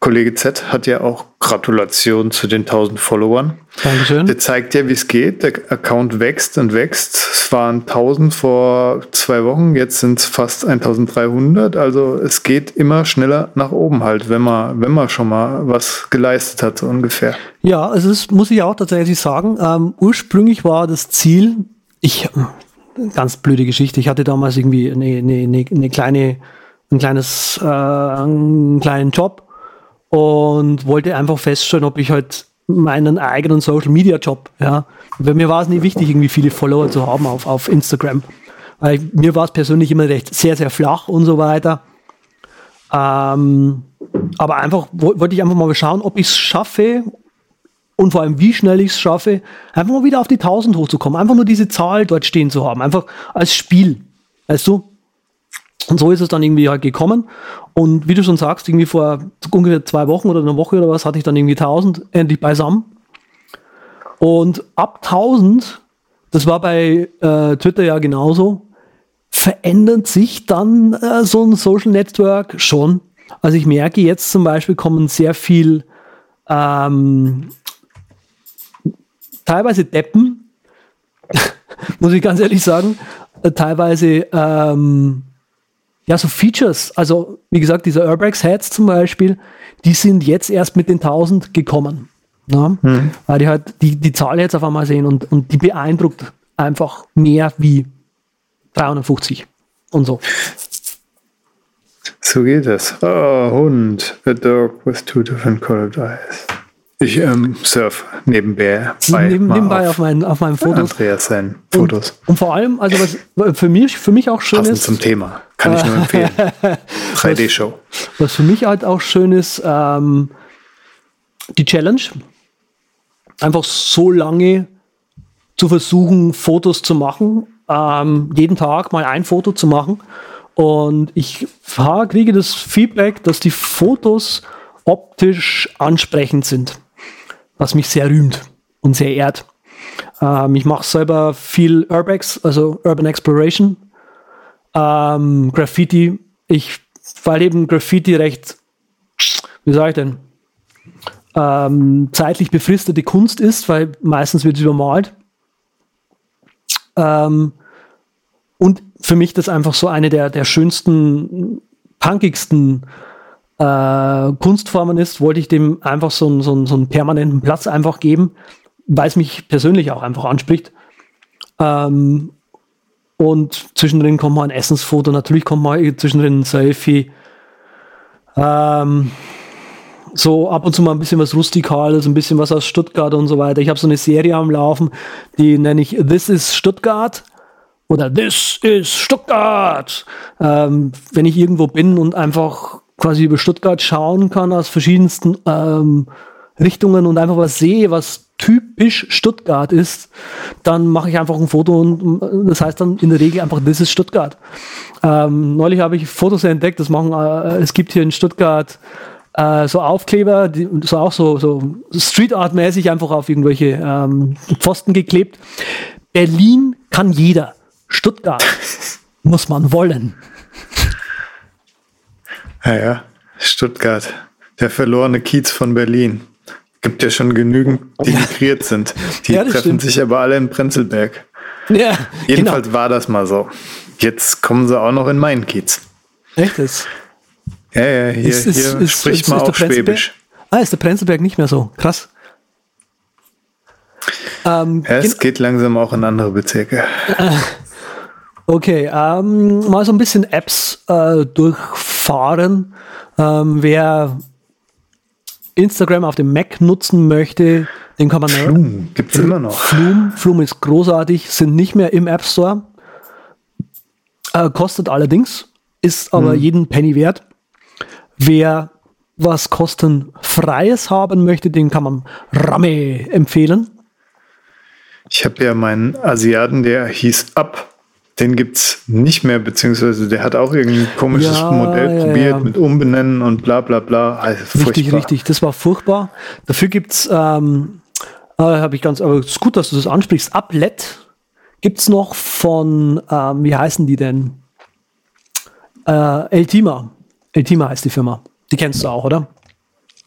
Kollege Z hat ja auch Gratulation zu den tausend Followern. Dankeschön. Der zeigt ja, wie es geht. Der Account wächst und wächst. Es waren tausend vor zwei Wochen, jetzt sind es fast eintausenddreihundert. Also es geht immer schneller nach oben halt, wenn man, wenn man schon mal was geleistet hat, so ungefähr. Ja, also das muss ich auch tatsächlich sagen. Ähm, ursprünglich war das Ziel, ich, ganz blöde Geschichte, ich hatte damals irgendwie eine, eine, eine, eine kleine, ein kleines, äh, einen kleinen Job und wollte einfach feststellen, ob ich halt meinen eigenen Social-Media-Job, ja, weil mir war es nie wichtig, irgendwie viele Follower zu haben auf, auf Instagram, weil mir war es persönlich immer recht sehr, sehr flach und so weiter. Ähm, aber einfach wo, wollte ich einfach mal schauen, ob ich es schaffe und vor allem, wie schnell ich es schaffe, einfach mal wieder auf die tausend hochzukommen, einfach nur diese Zahl dort stehen zu haben, einfach als Spiel, weißt du? Und so ist es dann irgendwie halt gekommen. Und wie du schon sagst, irgendwie vor ungefähr zwei Wochen oder einer Woche oder was, hatte ich dann irgendwie tausend endlich beisammen. Und ab tausend, das war bei äh, Twitter ja genauso, verändert sich dann äh, so ein Social Network schon. Also ich merke jetzt zum Beispiel kommen sehr viel ähm, teilweise Deppen, muss ich ganz ehrlich sagen, äh, teilweise ähm, ja, so Features, also wie gesagt, diese Urbex-Heads zum Beispiel, die sind jetzt erst mit den tausend gekommen. Ja? Mhm. Weil die halt die, die Zahl jetzt auf einmal sehen und, und die beeindruckt einfach mehr wie dreihundertfünfzig und so. So geht es. Oh, Hund. A dog with two different colored eyes. Ich ähm, surf nebenbei. Neben, nebenbei auf, auf, meinen, auf meinen Fotos. Andreas seinen Fotos. Und, und vor allem, also was für mich, für mich auch schön Passend ist. zum Thema. Kann ich nur empfehlen. drei D-Show. Was, was für mich halt auch schön ist, ähm, die Challenge. Einfach so lange zu versuchen, Fotos zu machen. Ähm, jeden Tag mal ein Foto zu machen. Und ich kriege das Feedback, dass die Fotos optisch ansprechend sind. Was mich sehr rühmt und sehr ehrt. Ähm, ich mache selber viel Urbex, also Urban Exploration, ähm, Graffiti. Ich, weil eben Graffiti recht, wie sage ich denn, ähm, zeitlich befristete Kunst ist, weil meistens wird es übermalt. Ähm, und für mich das einfach so eine der, der schönsten, punkigsten Äh, Kunstformen ist, wollte ich dem einfach so, einen, so, einen, so einen permanenten Platz einfach geben, weil es mich persönlich auch einfach anspricht. Ähm, und zwischendrin kommt mal ein Essensfoto, natürlich kommt mal zwischendrin ein Selfie. Ähm, so ab und zu mal ein bisschen was Rustikales, ein bisschen was aus Stuttgart und so weiter. Ich habe so eine Serie am Laufen, die nenne ich This is Stuttgart. Oder This is Stuttgart. Ähm, wenn ich irgendwo bin und einfach quasi über Stuttgart schauen kann aus verschiedensten ähm, Richtungen und einfach was sehe, was typisch Stuttgart ist, dann mache ich einfach ein Foto und das heißt dann in der Regel einfach, das ist Stuttgart. Ähm, neulich habe ich Fotos entdeckt, das machen, äh, es gibt hier in Stuttgart äh, so Aufkleber, die, so auch so, so Street Art mäßig einfach auf irgendwelche ähm, Pfosten geklebt. Berlin kann jeder, Stuttgart muss man wollen. Ja, ja, Stuttgart, der verlorene Kiez von Berlin. Gibt ja schon genügend, die migriert sind. Die ja, treffen stimmt. sich aber alle in Prenzlberg. Ja, Jedenfalls genau. war das mal so. Jetzt kommen sie auch noch in meinen Kiez. Echt das? Ja, ja, hier, ist, ist, hier ist, spricht ist, man ist auch Schwäbisch. Ah, ist der Prenzlberg nicht mehr so? Krass. Ähm, ja, es geht langsam auch in andere Bezirke. Okay, ähm, mal so ein bisschen Apps äh, durchfahren. Ähm, wer Instagram auf dem Mac nutzen möchte, den kann man... Flume gibt es immer noch. Flume, Flume ist großartig, sind nicht mehr im App Store. Äh, kostet allerdings, ist aber hm. jeden Penny wert. Wer was kostenfreies haben möchte, den kann man Ramme empfehlen. Ich habe ja meinen Asiaten, der hieß Up. Den gibt's nicht mehr, beziehungsweise der hat auch irgendwie ein komisches ja, Modell ja, probiert ja. mit Umbenennen und bla bla bla. Also richtig, furchtbar. richtig, das war furchtbar. Dafür gibt's, ähm, äh, habe ich ganz, aber es ist gut, dass du das ansprichst. Uplet gibt's noch von, ähm, wie heißen die denn? Äh, Eltima. Eltima heißt die Firma. Die kennst du auch, oder?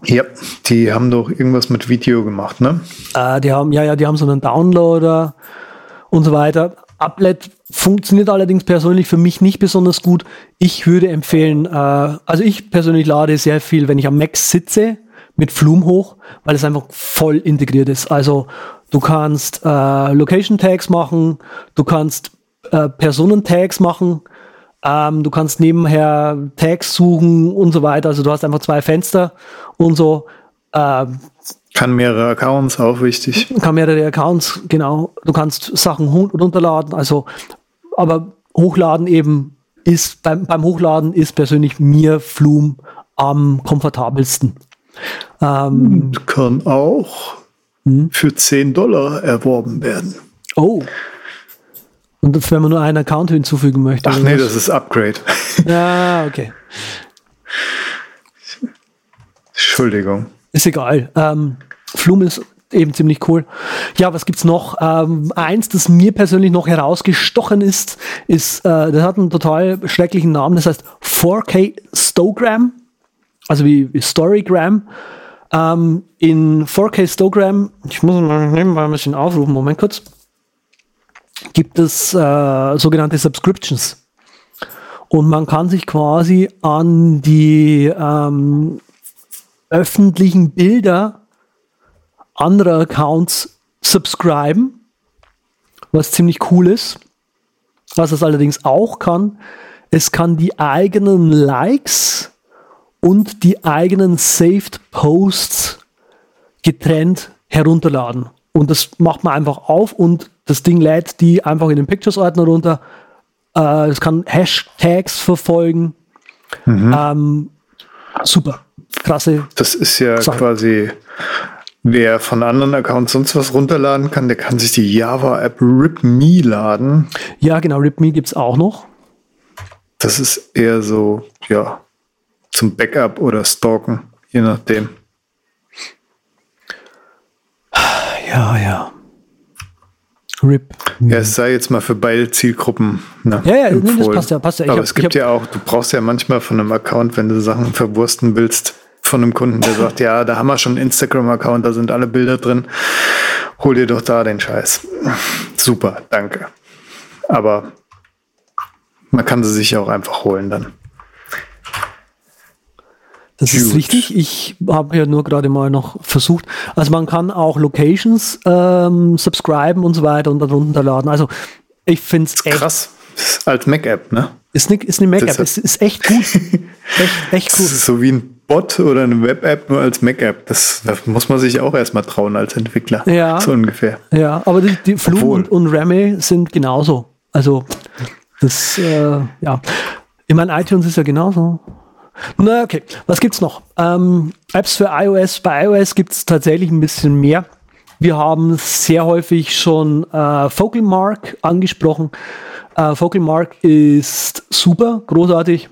Ja, die haben doch irgendwas mit Video gemacht, ne? Äh, die haben, ja, ja, die haben so einen Downloader und so weiter. Applet funktioniert allerdings persönlich für mich nicht besonders gut. Ich würde empfehlen, äh, also ich persönlich lade sehr viel, wenn ich am Mac sitze, mit Flume hoch, weil es einfach voll integriert ist. Also du kannst äh, Location-Tags machen, du kannst äh, Personen-Tags machen, ähm, du kannst nebenher Tags suchen und so weiter. Also du hast einfach zwei Fenster und so. Ähm, kann mehrere Accounts, auch wichtig. Kann mehrere Accounts, genau. Du kannst Sachen runterladen, also aber hochladen eben ist, beim, beim Hochladen ist persönlich mir Flume am komfortabelsten. Ähm, kann auch hm? für zehn Dollar erworben werden. Oh. Und das, wenn man nur einen Account hinzufügen möchte. Ach nee, was? Das ist Upgrade. Ja, okay. Entschuldigung. Ist egal. Ähm, Flume ist eben ziemlich cool. Ja, was gibt's noch? Ähm, eins, das mir persönlich noch herausgestochen ist, ist, äh, das hat einen total schrecklichen Namen, das heißt four K Stogram, also wie, wie Storygram. Ähm, in four K Stogram, ich muss mal nebenbei ein bisschen aufrufen, Moment kurz, gibt es äh, sogenannte Subscriptions. Und man kann sich quasi an die ähm, öffentlichen Bilder anderer Accounts subscriben, was ziemlich cool ist. Was es allerdings auch kann, es kann die eigenen Likes und die eigenen Saved Posts getrennt herunterladen. Und das macht man einfach auf und das Ding lädt die einfach in den Pictures-Ordner runter. Äh, es kann Hashtags verfolgen. Mhm. Ähm, super. Krasse. Das ist ja Sache. Quasi, wer von anderen Accounts sonst was runterladen kann, der kann sich die Java-App RipMe laden. Ja, genau, RipMe gibt es auch noch. Das ist eher so, ja, zum Backup oder Stalken, je nachdem. Ja, ja. RIP. Ja, es sei jetzt mal für beide Zielgruppen. Ne, ja, ja, nee, das passt ja. Passt ja. Ich Aber hab, es gibt ja auch, du brauchst ja manchmal von einem Account, wenn du Sachen verwursten willst, von einem Kunden, der sagt, ja, da haben wir schon einen Instagram-Account, da sind alle Bilder drin, hol dir doch da den Scheiß. Super, danke. Aber man kann sie sich ja auch einfach holen dann. Das ist richtig. Ich habe ja nur gerade mal noch versucht. Also man kann auch Locations ähm, subscriben und so weiter und dann runterladen. Also ich finde es echt... Krass. Als Mac-App, ne? Ist eine, ist eine Mac-App. Ist, ist echt gut. echt, echt gut. Das ist so wie ein Bot oder eine Web-App, nur als Mac-App. Das, das muss man sich auch erstmal trauen als Entwickler. Ja. So ungefähr. Ja, aber die, die Flume und, und Remy sind genauso. Also das, äh, ja. Ich meine, iTunes ist ja genauso. Na, okay. Was gibt's noch? Ähm, Apps für iOS. Bei iOS gibt's tatsächlich ein bisschen mehr. Wir haben sehr häufig schon äh, Focalmark angesprochen. Äh, Focalmark ist super, großartig.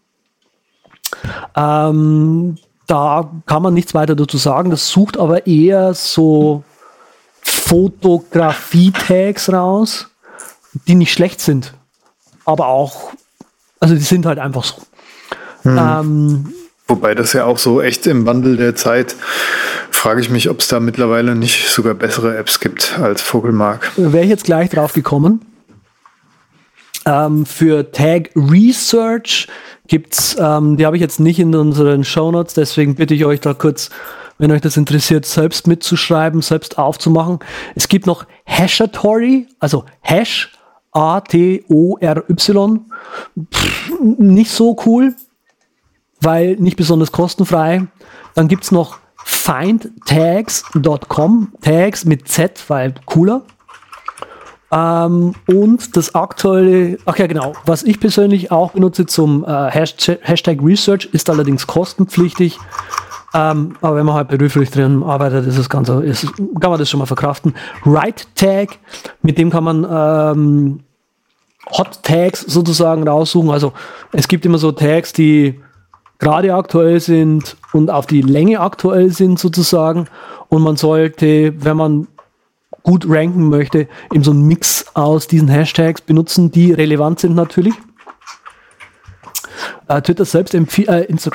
Ähm, da kann man nichts weiter dazu sagen. Das sucht aber eher so Fotografie-Tags raus, die nicht schlecht sind. Aber auch, also die sind halt einfach so. Hm. Ähm, Wobei das ja auch so echt im Wandel der Zeit, frage ich mich, ob es da mittlerweile nicht sogar bessere Apps gibt als Focalmark. Wäre ich jetzt gleich drauf gekommen. Ähm, für Tag Research gibt's, ähm, die habe ich jetzt nicht in unseren Shownotes, deswegen bitte ich euch da kurz, wenn euch das interessiert, selbst mitzuschreiben, selbst aufzumachen. Es gibt noch Hashatory, also Hash, A T O R Y. Pff, nicht so cool, weil nicht besonders kostenfrei. Dann gibt es noch find tags dot com, Tags mit Z, weil cooler. Ähm, und das aktuelle, ach ja genau, was ich persönlich auch benutze zum äh, Hashtag, Hashtag Research, ist allerdings kostenpflichtig. Ähm, aber wenn man halt beruflich drin arbeitet, ist das Ganze, ist, kann man das schon mal verkraften. Write Tag, mit dem kann man ähm, Hot Tags sozusagen raussuchen. Also es gibt immer so Tags, die gerade aktuell sind und auf die Länge aktuell sind sozusagen. Und man sollte, wenn man gut ranken möchte, eben so einen Mix aus diesen Hashtags benutzen, die relevant sind natürlich. Äh, Twitter selbst empfiehlt, äh, Instagram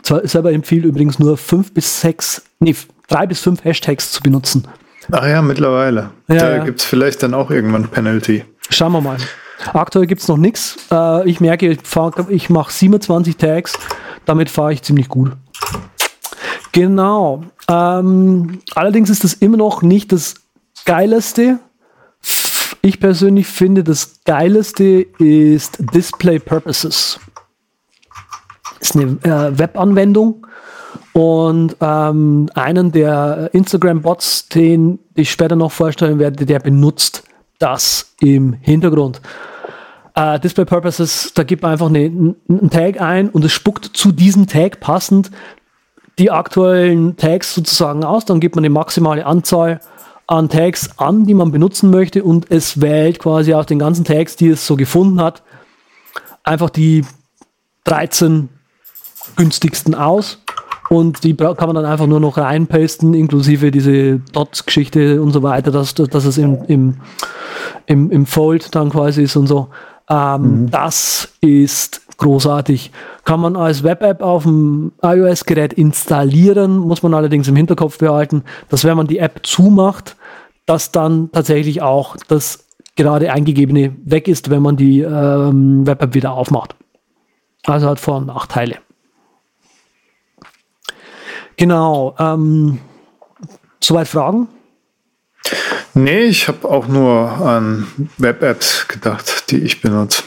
selber empfiehlt übrigens nur fünf bis sechs, nee, drei bis fünf Hashtags zu benutzen. Ach ja, mittlerweile. Ja, da ja. gibt es vielleicht dann auch irgendwann Penalty. Schauen wir mal. Aktuell gibt es noch nichts. Äh, ich merke, ich, fahr- ich mache siebenundzwanzig Tags. Damit fahre ich ziemlich gut. Genau. Ähm, allerdings ist das immer noch nicht das Geilste. Ich persönlich finde, das Geilste ist Display Purposes. Ist eine äh, Webanwendung. Und ähm, einen der Instagram-Bots, den ich später noch vorstellen werde, der benutzt das im Hintergrund. Äh, Display Purposes, da gibt man einfach eine, einen Tag ein und es spuckt zu diesem Tag passend die aktuellen Tags sozusagen aus. Dann gibt man eine maximale Anzahl an Tags an, die man benutzen möchte, und es wählt quasi aus den ganzen Tags, die es so gefunden hat, einfach die dreizehn günstigsten aus. Und die kann man dann einfach nur noch reinpasten, inklusive diese Dots-Geschichte und so weiter, dass, dass es im, im, im, im Fold dann quasi ist und so. Ähm, mhm. Das ist großartig. Kann man als Web-App auf dem iOS-Gerät installieren, muss man allerdings im Hinterkopf behalten, dass wenn man die App zumacht, dass dann tatsächlich auch das gerade eingegebene weg ist, wenn man die ähm, Web-App wieder aufmacht. Also hat Vor- und Nachteile. Genau. Ähm, soweit Fragen? Nee, ich habe auch nur an Web-Apps gedacht, die ich benutze.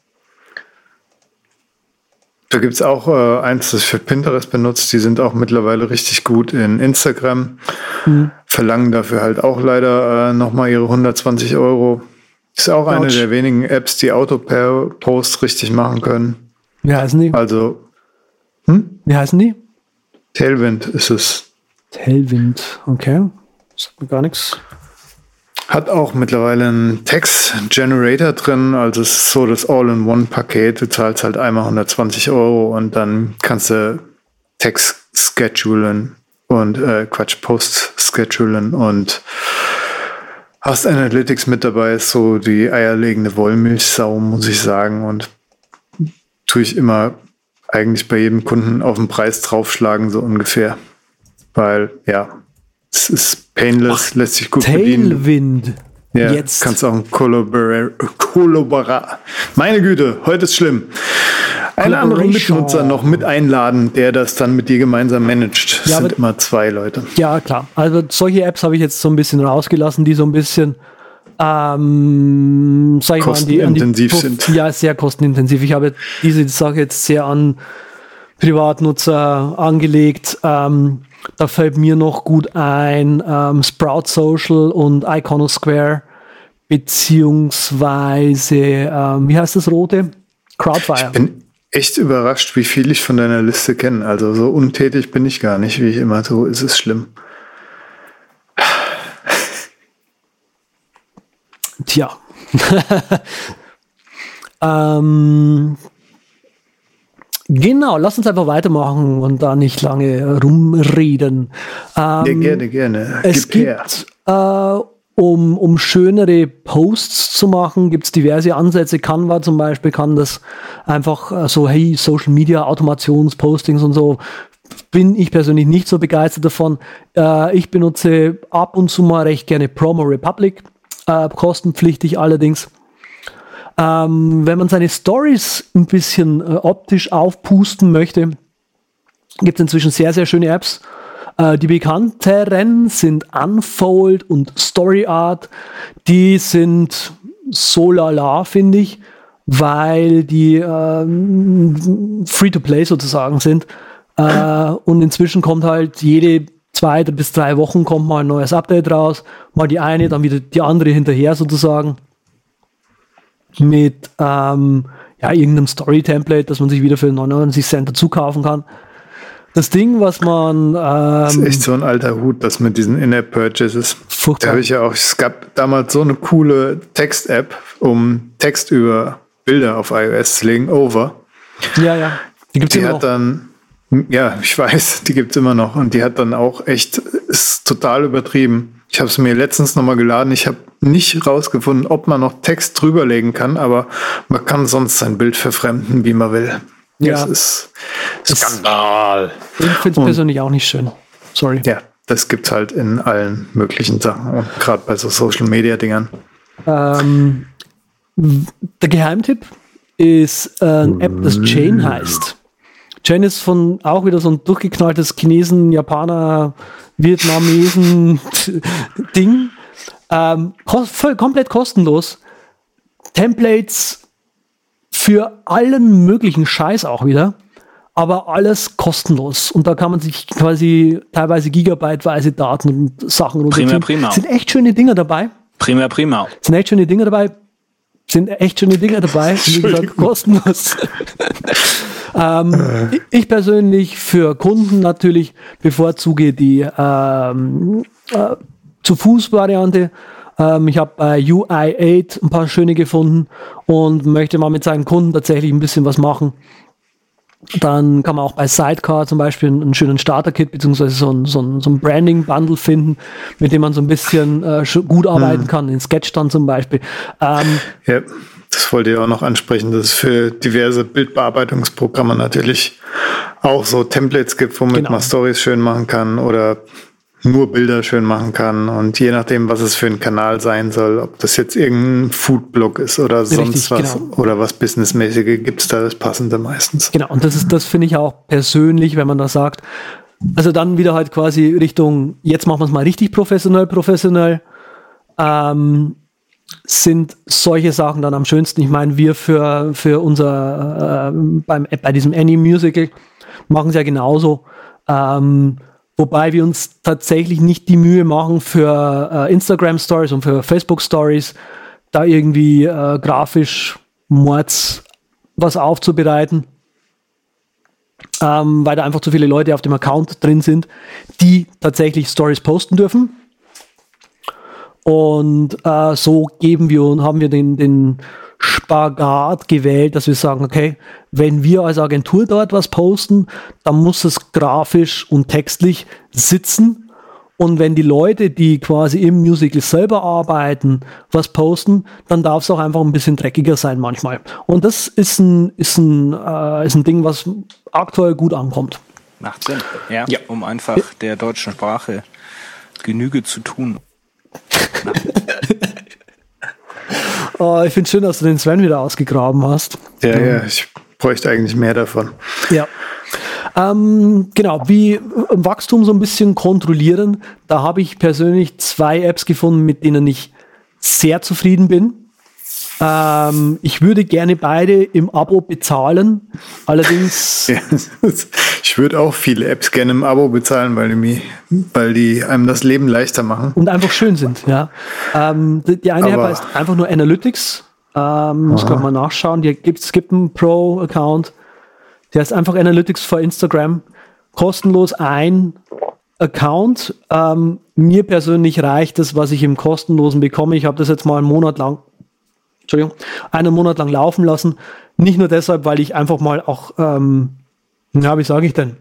Da gibt es auch äh, eins, das ich für Pinterest benutzt. Die sind auch mittlerweile richtig gut in Instagram. Mhm. Verlangen dafür halt auch leider äh, nochmal ihre hundertzwanzig Euro. Ist auch Ouch. Eine der wenigen Apps, die Auto-Per-Post richtig machen können. Wie heißen die? Also, hm? Wie heißen die? Tailwind ist es. Tailwind, okay. Sagt mir gar nichts. Hat auch mittlerweile einen Text-Generator drin, also es ist so das All-in-One-Paket. Du zahlst halt einmal hundertzwanzig Euro und dann kannst du Text schedulen und äh, Quatsch, Post schedulen und hast Analytics mit dabei, ist so die eierlegende Wollmilchsau, muss ich sagen, und tue ich immer eigentlich bei jedem Kunden auf den Preis draufschlagen, so ungefähr. Weil, ja, es ist painless, Ach, lässt sich gut bedienen. Tailwind. Ja, Jetzt. Kannst auch ein Kollabora... Kollabora... Meine Güte, heute ist schlimm. Einen anderen Mitnutzer noch mit einladen, der das dann mit dir gemeinsam managt. Das ja, sind immer zwei Leute. Ja, klar. Also solche Apps habe ich jetzt so ein bisschen rausgelassen, die so ein bisschen Ähm, sag ich kostenintensiv mal, an die, an die, sind. Ja, sehr kostenintensiv. Ich habe diese Sache jetzt sehr an Privatnutzer angelegt. Ähm, da fällt mir noch gut ein ähm, Sprout Social und Iconosquare, beziehungsweise, ähm, wie heißt das rote? Crowdfire. Ich bin echt überrascht, wie viel ich von deiner Liste kenne. Also so untätig bin ich gar nicht, wie ich immer so, ist es schlimm. Tja. ähm, genau, lass uns einfach weitermachen und da nicht lange rumreden. Ähm, ja, gerne, gerne. Es Gib gibt, äh, um, um schönere Posts zu machen, gibt es diverse Ansätze. Canva zum Beispiel kann das einfach äh, so, hey, Social Media, Automationspostings und so. Bin ich persönlich nicht so begeistert davon. Äh, ich benutze ab und zu mal recht gerne Promo Republic. Äh, kostenpflichtig allerdings. Ähm, wenn man seine Stories ein bisschen äh, optisch aufpusten möchte, gibt es inzwischen sehr, sehr schöne Apps. Äh, die bekannteren sind Unfold und StoryArt. Die sind so lala, finde ich, weil die ähm, Free-to-Play sozusagen sind. Äh, und inzwischen kommt halt jede zwei bis drei Wochen kommt mal ein neues Update raus, mal die eine, dann wieder die andere hinterher sozusagen mit ähm, ja, irgendeinem Story-Template, das man sich wieder für neunundneunzig Cent dazu kaufen kann. Das Ding, was man... Ähm, das ist echt so ein alter Hut, das mit diesen In-App-Purchases. Furchtbar. Da habe ich ja auch, es gab damals so eine coole Text-App, um Text über Bilder auf iOS zu legen, Over. Ja, ja. Die gibt's die immer hat noch. dann Ja, ich weiß, die gibt's immer noch und die hat dann auch echt, ist total übertrieben. Ich habe es mir letztens nochmal geladen, ich habe nicht rausgefunden, ob man noch Text drüberlegen kann, aber man kann sonst sein Bild verfremden, wie man will. Ja. Das ist Skandal. Ich finde es persönlich auch nicht schön. Sorry. Ja, das gibt's halt in allen möglichen Sachen. Und gerade bei so Social-Media-Dingern. Ähm, der Geheimtipp ist eine App, das Chain heißt. Chain ist von auch wieder so ein durchgeknalltes Chinesen, Japaner, Vietnamesen Ding. Ähm, kost, voll, komplett kostenlos. Templates für allen möglichen Scheiß auch wieder, aber alles kostenlos. Und da kann man sich quasi teilweise gigabyteweise Daten und Sachen Prima, runterziehen. prima. Sind echt schöne Dinger dabei. Prima, prima. Sind echt schöne Dinge dabei. Sind echt schöne Dinge dabei. Wie gesagt, kostenlos. ähm, ich persönlich für Kunden natürlich bevorzuge die ähm, äh, Zu-Fuß-Variante. Ähm, ich habe bei U I acht ein paar schöne gefunden und möchte mal mit seinen Kunden tatsächlich ein bisschen was machen. Dann kann man auch bei Sidecar zum Beispiel einen schönen Starter-Kit beziehungsweise so ein, so ein, so ein Branding-Bundle finden, mit dem man so ein bisschen äh, gut arbeiten kann, in Sketch dann zum Beispiel. Ähm, ja, das wollte ich auch noch ansprechen, dass es für diverse Bildbearbeitungsprogramme natürlich auch so Templates gibt, womit Genau. man Stories schön machen kann oder nur Bilder schön machen kann. Und je nachdem, was es für ein Kanal sein soll, ob das jetzt irgendein Foodblog ist oder sonst Richtig, was genau. oder was Businessmäßige, gibt es da das Passende meistens. Genau, und das ist, das finde ich auch persönlich, wenn man da sagt, also dann wieder halt quasi Richtung, jetzt machen wir es mal richtig professionell, professionell, ähm, sind solche Sachen dann am schönsten. Ich meine, wir für, für unser, äh, beim, bei diesem Any Musical machen es ja genauso, ähm, wobei wir uns tatsächlich nicht die Mühe machen für äh, Instagram Stories und für Facebook Stories, da irgendwie äh, grafisch Mords was aufzubereiten, ähm, weil da einfach zu viele Leute auf dem Account drin sind, die tatsächlich Stories posten dürfen. Und äh, so geben wir und haben wir den, den Spagat gewählt, dass wir sagen, okay, wenn wir als Agentur dort was posten, dann muss es grafisch und textlich sitzen. Und wenn die Leute, die quasi im Musical selber arbeiten, was posten, dann darf es auch einfach ein bisschen dreckiger sein manchmal. Und das ist ein, ist ein, äh, ist ein Ding, was aktuell gut ankommt. Macht Sinn. Ja, Ja. um einfach der deutschen Sprache Genüge zu tun. Oh, ich finde es schön, dass du den Sven wieder ausgegraben hast. Ja, ja, ich bräuchte eigentlich mehr davon. Ja. Ähm, genau, wie Wachstum so ein bisschen kontrollieren. Da habe ich persönlich zwei Apps gefunden, mit denen ich sehr zufrieden bin. Ähm, ich würde gerne beide im Abo bezahlen. Allerdings, Ja, ich würde auch viele Apps gerne im Abo bezahlen, weil die, mich, weil die einem das Leben leichter machen. und einfach schön sind. Ja. Ähm, die, die eine App Aber- heißt einfach nur Analytics. Ähm, muss gerade mal nachschauen. Die gibt, es gibt einen Pro-Account. Der ist einfach Analytics für Instagram. Kostenlos ein Account. Ähm, mir persönlich reicht das, was ich im kostenlosen bekomme. Ich habe das jetzt mal einen Monat lang, Entschuldigung, einen Monat lang laufen lassen. Nicht nur deshalb, weil ich einfach mal auch, ähm, ja, wie sage ich denn?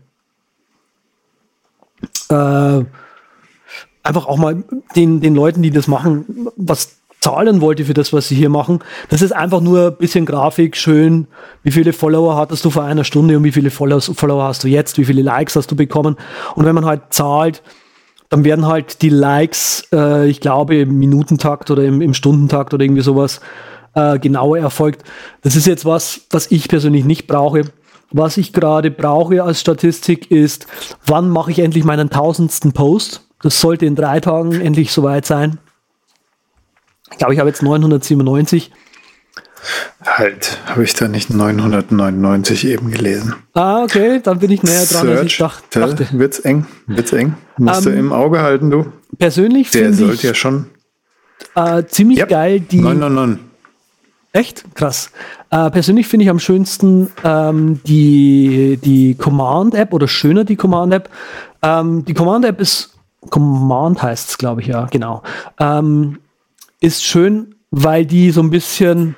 Äh, einfach auch mal den, den Leuten, die das machen, was zahlen wollte für das, was sie hier machen. Das ist einfach nur ein bisschen Grafik, schön. Wie viele Follower hattest du vor einer Stunde und wie viele Follower, Follower hast du jetzt? Wie viele Likes hast du bekommen? Und wenn man halt zahlt, dann werden halt die Likes, äh, ich glaube, im Minutentakt oder im, im Stundentakt oder irgendwie sowas äh, genauer erfolgt. Das ist jetzt was, was ich persönlich nicht brauche. Was ich gerade brauche als Statistik ist, wann mache ich endlich meinen tausendsten Post? Das sollte in drei Tagen endlich soweit sein. Ich glaube, ich habe jetzt neunhundertsiebenundneunzig. Halt, habe ich da nicht neunhundertneunundneunzig eben gelesen. Ah, okay, dann bin ich näher dran, als ich Search, dacht, dachte. da wird's eng, wird's eng. Musst du Ähm, im Auge halten, du. Persönlich Der finde sollte ich ja schon. äh, ziemlich Yep. geil die... neun neun neun. Echt? Krass. Äh, persönlich finde ich am schönsten ähm, die, die Command-App oder schöner die Command-App. Ähm, die Command-App ist, Command heißt es, glaube ich, ja, genau. Ähm, ist schön, weil die so ein bisschen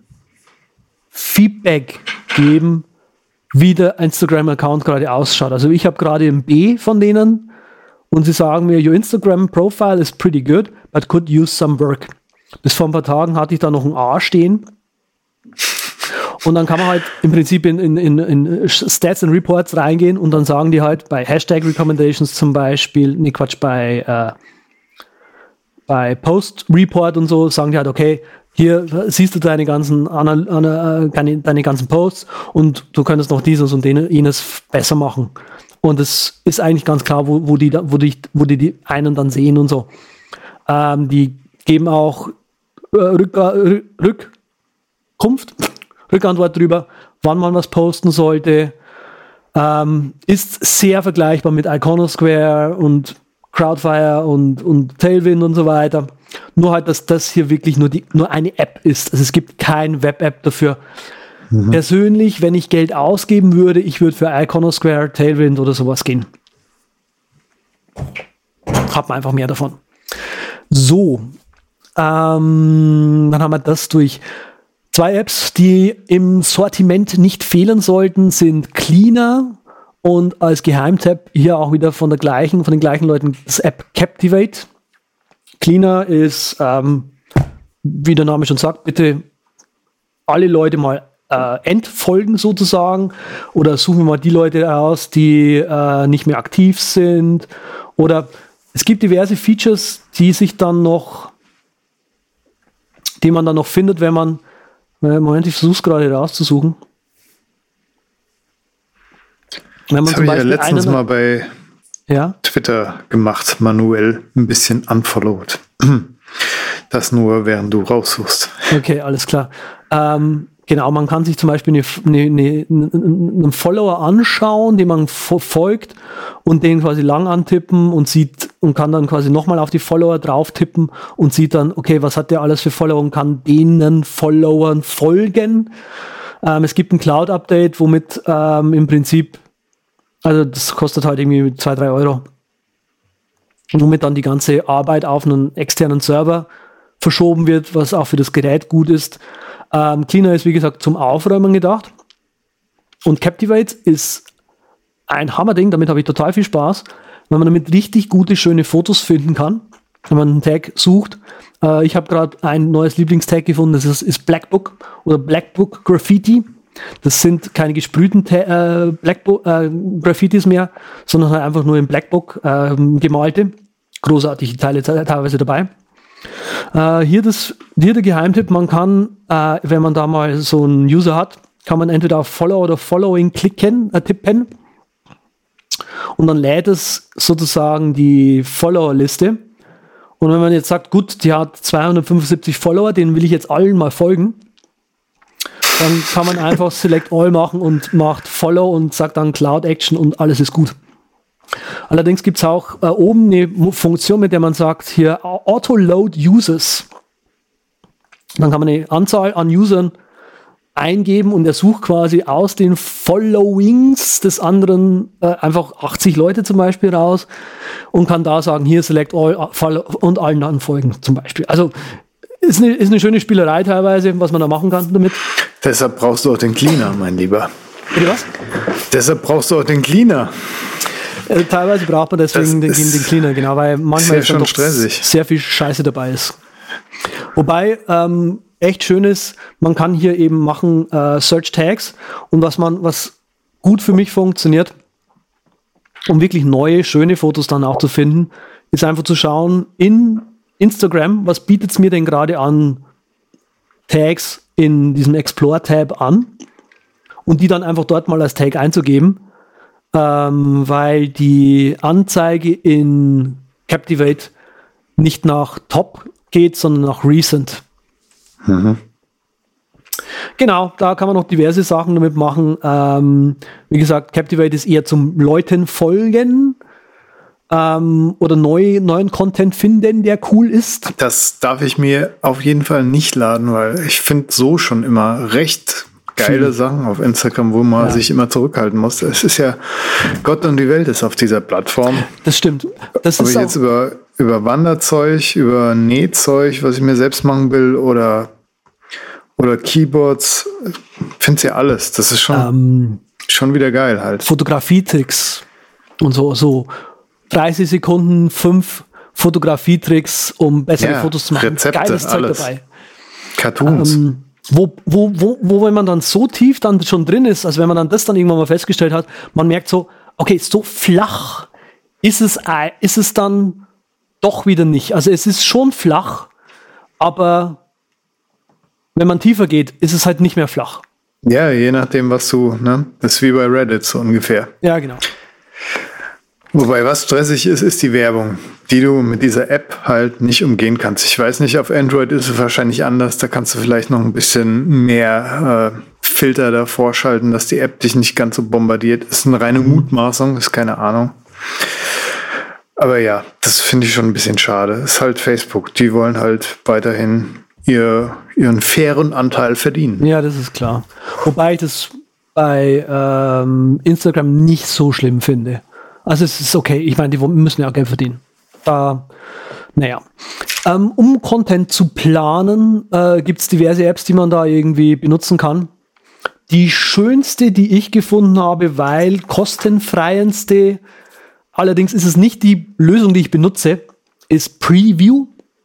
Feedback geben, wie der Instagram-Account gerade ausschaut. Also ich habe gerade ein B von denen und sie sagen mir, your Instagram profile is pretty good, but could use some work. Bis vor ein paar Tagen hatte ich da noch ein A stehen. Und dann kann man halt im Prinzip in, in, in, in Stats und Reports reingehen und dann sagen die halt bei Hashtag Recommendations zum Beispiel, nee Quatsch, bei, äh, bei Post Report und so, sagen die halt, okay, hier siehst du deine ganzen, Anal- Anal- deine, deine ganzen Posts und du könntest noch dieses und jenes besser machen. Und es ist eigentlich ganz klar, wo, wo, die, wo, die, wo die, die einen dann sehen und so. Ähm, die geben auch äh, Rück, äh, Rückkunft, Rückantwort drüber, wann man was posten sollte. Ähm, ist sehr vergleichbar mit Iconosquare und Crowdfire und, und Tailwind und so weiter. Nur halt, dass das hier wirklich nur, die, nur eine App ist. Also es gibt kein Web-App dafür. Mhm. Persönlich, wenn ich Geld ausgeben würde, ich würde für Iconosquare, Tailwind oder sowas gehen. Hat man einfach mehr davon. So, ähm, dann haben wir das durch. Zwei Apps, die im Sortiment nicht fehlen sollten, sind Cleaner und als Geheimtipp hier auch wieder von der gleichen, von den gleichen Leuten das App Captivate. Cleaner ist, ähm, wie der Name schon sagt, bitte alle Leute mal äh, entfolgen sozusagen oder suchen wir mal die Leute aus, die äh, nicht mehr aktiv sind oder es gibt diverse Features, die sich dann noch, die man dann noch findet, wenn man Moment, ich versuche es gerade rauszusuchen. Wenn man das habe ich ja letztens mal bei ja? Twitter gemacht, manuell ein bisschen unfollowed. Das nur, während du raussuchst. Okay, alles klar. Ähm, genau, man kann sich zum Beispiel eine, eine, eine, einen Follower anschauen, den man folgt und den quasi lang antippen und sieht und kann dann quasi nochmal auf die Follower drauf tippen und sieht dann, okay, was hat der alles für Follower und kann denen Followern folgen. Ähm, es gibt ein Cloud-Update, womit ähm, im Prinzip, also das kostet halt irgendwie zwei, drei Euro, womit dann die ganze Arbeit auf einen externen Server verschoben wird, was auch für das Gerät gut ist. Ähm, Cleaner ist, wie gesagt, zum Aufräumen gedacht. Und Captivate ist ein Hammerding, damit habe ich total viel Spaß, weil man damit richtig gute, schöne Fotos finden kann, wenn man einen Tag sucht. Äh, ich habe gerade ein neues Lieblingstag gefunden, das ist, ist Blackbook oder Blackbook Graffiti. Das sind keine gesprühten Ta- äh, Blackbook, äh, Graffitis mehr, sondern halt einfach nur im Blackbook äh, gemalte. Großartige Teile teilweise dabei. Uh, hier, das, hier der Geheimtipp, man kann, uh, wenn man da mal so einen User hat, kann man entweder auf Follow oder Following klicken, äh, tippen und dann lädt es sozusagen die Follower-Liste und wenn man jetzt sagt, gut, die hat zweihundertfünfundsiebzig Follower, denen will ich jetzt allen mal folgen, dann kann man einfach Select All machen und macht Follow und sagt dann Cloud Action und alles ist gut. Allerdings gibt es auch äh, oben eine Funktion, mit der man sagt, hier Auto-Load Users. Dann kann man eine Anzahl an Usern eingeben und er sucht quasi aus den Followings des anderen äh, einfach achtzig Leute zum Beispiel raus und kann da sagen, hier Select All follow, und allen dann folgen zum Beispiel. Also ist eine, ist eine schöne Spielerei teilweise, was man da machen kann damit. Deshalb brauchst du auch den Cleaner, mein Lieber. Bitte was? Deshalb brauchst du auch den Cleaner. Äh, teilweise braucht man deswegen den, den Cleaner, genau, weil manchmal ist schon doch stressig. Sehr viel Scheiße dabei ist. Wobei ähm, echt schön ist, man kann hier eben machen äh, Search Tags und was man, was gut für mich funktioniert, um wirklich neue, schöne Fotos dann auch zu finden, ist einfach zu schauen in Instagram, was bietet es mir denn gerade an Tags in diesem Explore-Tab an und die dann einfach dort mal als Tag einzugeben. Ähm, weil die Anzeige in Captivate nicht nach Top geht, sondern nach Recent. Mhm. Genau, da kann man noch diverse Sachen damit machen. Ähm, wie gesagt, Captivate ist eher zum Leuten folgen ähm, oder neu, neuen Content finden, der cool ist. Das darf ich mir auf jeden Fall nicht laden, weil ich finde so schon immer recht geile hm. Sachen auf Instagram, wo man ja. sich immer zurückhalten muss. Es ist ja, Gott und die Welt ist auf dieser Plattform. Das stimmt. Das Ob ist ich jetzt über, über Wanderzeug, über Nähzeug, was ich mir selbst machen will, oder, oder Keyboards, find's ja alles. Das ist schon, ähm, schon wieder geil halt. Fotografietricks und so, so dreißig Sekunden, fünf Fotografietricks, um bessere ja, Fotos zu machen. Rezepte, Geiles Zeug alles. dabei. Cartoons. Ähm, wo, wo, wo, wo, wenn man dann so tief dann schon drin ist, also wenn man dann das dann irgendwann mal festgestellt hat, man merkt so, okay, so flach ist es, ist es dann doch wieder nicht. Also es ist schon flach, aber wenn man tiefer geht, ist es halt nicht mehr flach. Ja, je nachdem, was du, ne? Das ist wie bei Reddit so ungefähr. Ja, genau. Wobei, was stressig ist, ist die Werbung, die du mit dieser App halt nicht umgehen kannst. Ich weiß nicht, auf Android ist es wahrscheinlich anders. Da kannst du vielleicht noch ein bisschen mehr äh, Filter davor schalten, dass die App dich nicht ganz so bombardiert. Ist eine reine Mutmaßung, ist keine Ahnung. Aber ja, das finde ich schon ein bisschen schade. Ist halt Facebook. Die wollen halt weiterhin ihr, ihren fairen Anteil verdienen. Ja, das ist klar. Wobei ich das bei ähm, Instagram nicht so schlimm finde. Also es ist okay. Ich meine, die müssen ja auch Geld verdienen. Da, naja. Ähm, um Content zu planen, äh, gibt es diverse Apps, die man da irgendwie benutzen kann. Die schönste, die ich gefunden habe, weil kostenfreiendste, allerdings ist es nicht die Lösung, die ich benutze, ist Preview.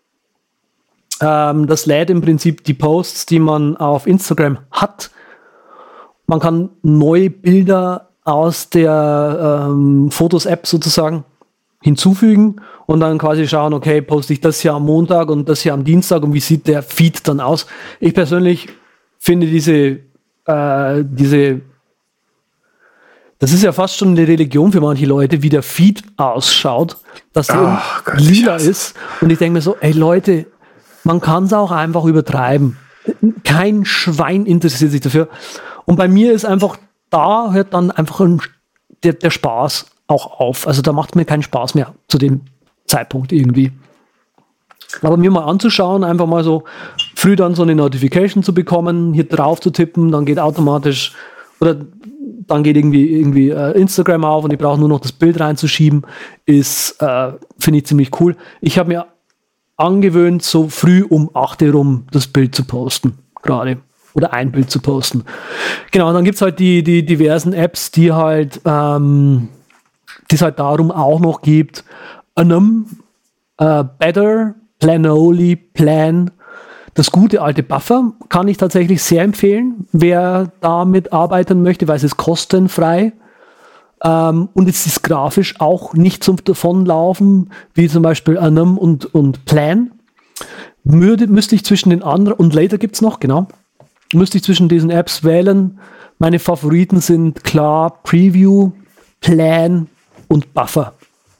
Ähm, das lädt im Prinzip die Posts, die man auf Instagram hat. Man kann neue Bilder aus der ähm, Fotos-App sozusagen hinzufügen und dann quasi schauen, okay, poste ich das hier am Montag und das hier am Dienstag und wie sieht der Feed dann aus? Ich persönlich finde diese, äh, diese, das ist ja fast schon eine Religion für manche Leute, wie der Feed ausschaut, dass der Ach, Gott, lila ist. Und ich denke mir so, ey Leute, man kann es auch einfach übertreiben. Kein Schwein interessiert sich dafür. Und bei mir ist einfach, da hört dann einfach ein, der, der Spaß auch auf. Also da macht mir keinen Spaß mehr zu dem Zeitpunkt irgendwie. Aber mir mal anzuschauen, einfach mal so früh dann so eine Notification zu bekommen, hier drauf zu tippen, dann geht automatisch, oder dann geht irgendwie, irgendwie äh, Instagram auf und ich brauche nur noch das Bild reinzuschieben, ist, äh, finde ich ziemlich cool. Ich habe mir angewöhnt, so früh um acht Uhr rum das Bild zu posten, gerade. Oder ein Bild zu posten. Genau, und dann gibt es halt die, die diversen Apps, die halt, ähm, die es halt darum auch noch gibt. Anum, äh, Better, Planoly, Plan, das gute alte Buffer kann ich tatsächlich sehr empfehlen, wer damit arbeiten möchte, weil es ist kostenfrei. Ähm, und es ist grafisch auch nicht zum Davonlaufen, wie zum Beispiel Anum und, und Plan. Würde, müsste ich zwischen den anderen, und Later gibt es noch, genau. Müsste ich zwischen diesen Apps wählen. Meine Favoriten sind klar Preview, Plan und Buffer.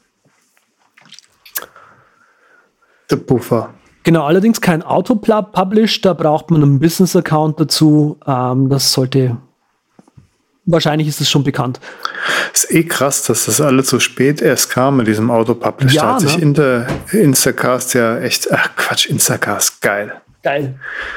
Der Buffer. Genau, allerdings kein Auto-Publish, da braucht man einen Business-Account dazu. Ähm, das sollte, wahrscheinlich ist es schon bekannt. Ist eh krass, dass das alles so spät erst kam mit diesem Auto-Publish. Ja, da hat sich ne? Inter, Instacast ja echt, ach Quatsch, Instacast, geil. Geil.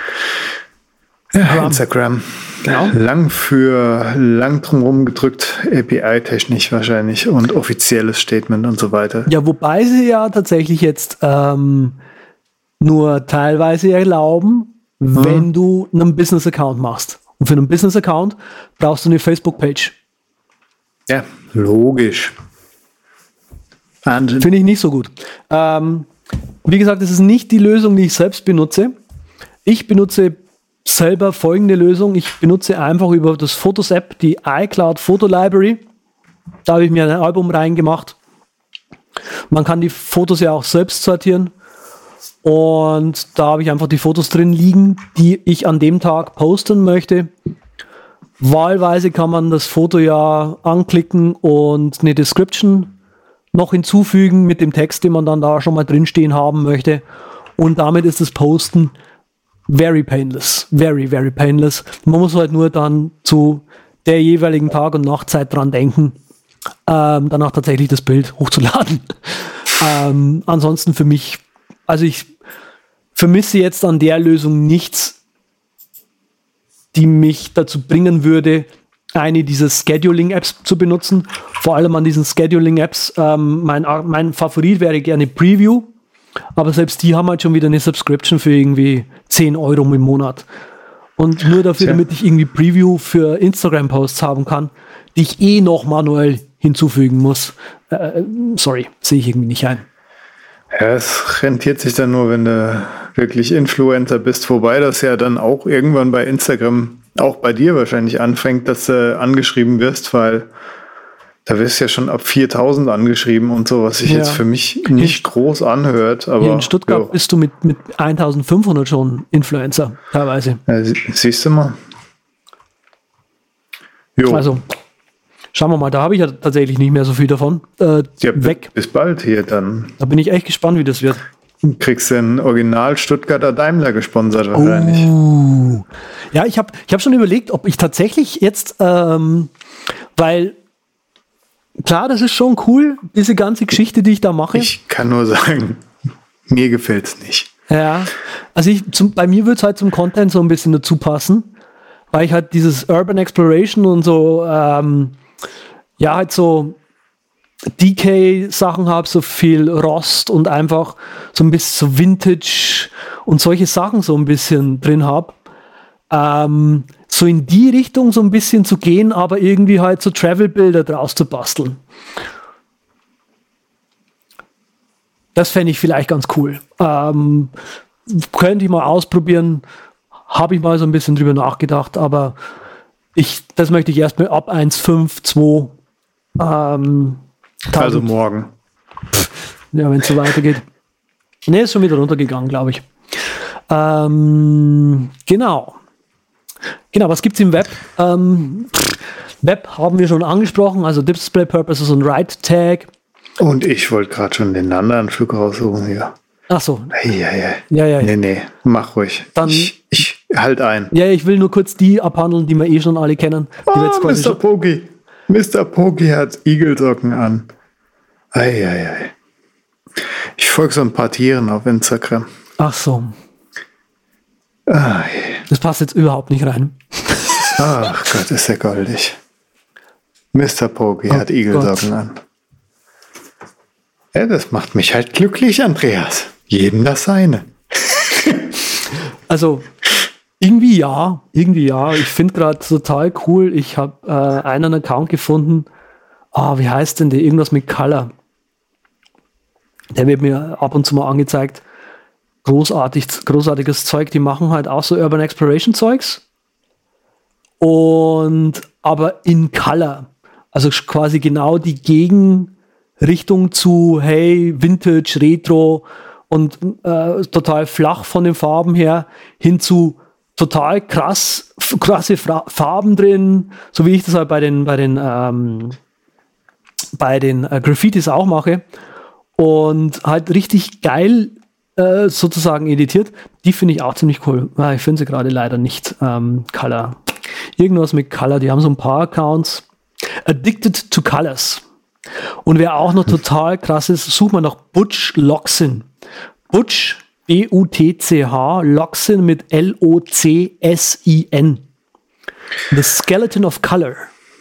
Ja, Instagram. Genau. Lang für, lang drumherum gedrückt, A P I-technisch wahrscheinlich und offizielles Statement und so weiter. Ja, wobei sie ja tatsächlich jetzt ähm, nur teilweise erlauben, Mhm. wenn du einen Business-Account machst. Und für einen Business-Account brauchst du eine Facebook-Page. Ja, logisch. Wahnsinn. Finde ich nicht so gut. Ähm, wie gesagt, das ist nicht die Lösung, die ich selbst benutze. Ich benutze selber folgende Lösung. Ich benutze einfach über das Fotos-App die iCloud Photo Library. Da habe ich mir ein Album reingemacht. Man kann die Fotos ja auch selbst sortieren. Und da habe ich einfach die Fotos drin liegen, die ich an dem Tag posten möchte. Wahlweise kann man das Foto ja anklicken und eine Description noch hinzufügen mit dem Text, den man dann da schon mal drinstehen haben möchte. Und damit ist das Posten very painless. Very, very painless. Man muss halt nur dann zu der jeweiligen Tag- und Nachtzeit dran denken, ähm, danach tatsächlich das Bild hochzuladen. ähm, ansonsten für mich, also ich vermisse jetzt an der Lösung nichts, die mich dazu bringen würde, eine dieser Scheduling-Apps zu benutzen. Vor allem an diesen Scheduling-Apps. Ähm, mein, mein Favorit wäre gerne Preview. Aber selbst die haben halt schon wieder eine Subscription für irgendwie zehn Euro im Monat. Und nur dafür, Tja. damit ich irgendwie Preview für Instagram-Posts haben kann, die ich eh noch manuell hinzufügen muss. Äh, sorry, sehe ich irgendwie nicht ein. Ja, es rentiert sich dann nur, wenn du wirklich Influencer bist, wobei das ja dann auch irgendwann bei Instagram, auch bei dir wahrscheinlich anfängt, dass du angeschrieben wirst, weil da wirst du ja schon ab viertausend angeschrieben und so, was sich Ja. jetzt für mich nicht groß anhört. Aber Hier in Stuttgart jo. bist du mit, mit eintausendfünfhundert schon Influencer, teilweise. Ja, sie- siehst du mal. Jo. Also, schauen wir mal, da habe ich ja tatsächlich nicht mehr so viel davon. Äh, ja, bi- weg. Bis bald hier dann. Da bin ich echt gespannt, wie das wird. Kriegst du einen Original Stuttgarter Daimler gesponsert wahrscheinlich. Uh. Ja, ich habe ich hab schon überlegt, ob ich tatsächlich jetzt, ähm, weil klar, das ist schon cool, diese ganze Geschichte, die ich da mache. Ich kann nur sagen, mir gefällt's nicht. Ja, also ich, zum, bei mir würde es halt zum Content so ein bisschen dazu passen, weil ich halt dieses Urban Exploration und so, ähm, ja, halt so D K-Sachen habe, so viel Rost und einfach so ein bisschen so Vintage und solche Sachen so ein bisschen drin habe. Ähm, so in die Richtung so ein bisschen zu gehen, aber irgendwie halt so Travel-Bilder draus zu basteln. Das fände ich vielleicht ganz cool. Ähm, könnte ich mal ausprobieren. Habe ich mal so ein bisschen drüber nachgedacht, aber ich, das möchte ich erst mal ab eins Komma fünf, zwei ähm, Also tausend. morgen. Ja, wenn es so weitergeht. Ne, ist schon wieder runtergegangen, glaube ich. Ähm, genau. Genau, was gibt es im Web? Ähm, Web haben wir schon angesprochen, also Display Purposes und Write Tag. Und ich wollte gerade schon den anderen Flug raussuchen hier. Ach so. Eieiei. Ja, ja, ja. Nee, nee, mach ruhig. Dann- ich, ich halt ein. Ja, ich will nur kurz die abhandeln, die wir eh schon alle kennen. Die wir Oh, jetzt quasi Mister schon- Pogi. Mister Pogi hat Igelsocken an. Eieiei. Ich folge so ein paar Tieren auf Instagram. Ach so. Ah, Das passt jetzt überhaupt nicht rein. Ach Gott, ist der goldig. Mister Pogi Oh hat Igelsocken Gott. an. Ja, das macht mich halt glücklich, Andreas. Jedem das seine. Also, irgendwie ja, irgendwie ja. Ich finde gerade total cool. Ich habe äh, einen Account gefunden. Ah, wie heißt denn der? Irgendwas mit Color. Der wird mir ab und zu mal angezeigt. Großartig, großartiges Zeug. Die machen halt auch so Urban Exploration Zeugs. Und aber in Color. Also quasi genau die Gegenrichtung zu, hey, Vintage, Retro und äh, total flach von den Farben her, hin zu total krass, f- krasse Fra- Farben drin, so wie ich das halt bei den, bei den, ähm, bei den äh, Graffitis auch mache. Und halt richtig geil äh, sozusagen editiert. Die finde ich auch ziemlich cool. Ah, ich finde sie gerade leider nicht. Ähm, Color. Irgendwas mit Color. Die haben so ein paar Accounts. Addicted to Colors. Und wer auch noch total krass ist, sucht man nach Butch Loxin. Butch, B U T C H, Loxin mit L O C S I N. The Skeleton of Color.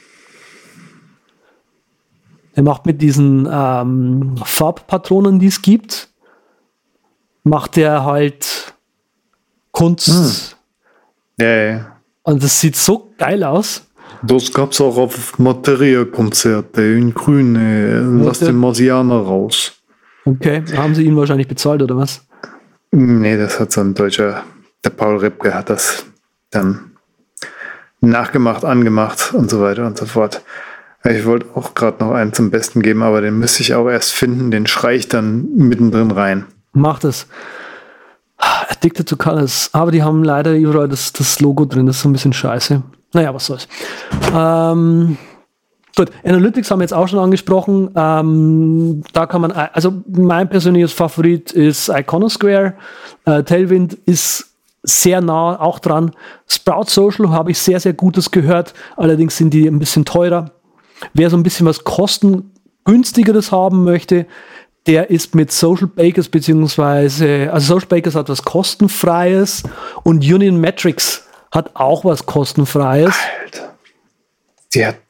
Er macht mit diesen ähm, Farbpatronen, die es gibt, macht er halt Kunst. Ja, ja. Und das sieht so geil aus. Das gab's auch auf Materia-Konzerte in Grün. Äh, lass Okay. den Marsianer raus. Okay, haben sie ihn wahrscheinlich bezahlt, oder was? Nee, das hat so ein Deutscher, der Paul Ripke hat das dann nachgemacht, angemacht und so weiter und so fort. Ich wollte auch gerade noch einen zum Besten geben, aber den müsste ich auch erst finden, den schreie ich dann mittendrin rein. Macht es. Addicted to Colors. Aber die haben leider überall das, das Logo drin. Das ist so ein bisschen scheiße. Naja, was soll's. Ähm, gut, Analytics haben wir jetzt auch schon angesprochen. Ähm, da kann man, also mein persönliches Favorit ist Iconosquare. Äh, Tailwind ist sehr nah auch dran. Sprout Social habe ich sehr, sehr Gutes gehört. Allerdings sind die ein bisschen teurer. Wer so ein bisschen was kostengünstigeres haben möchte, der ist mit Social Bakers beziehungsweise, also Social Bakers hat was kostenfreies und Union Metrics hat auch was kostenfreies. Alter. Die hat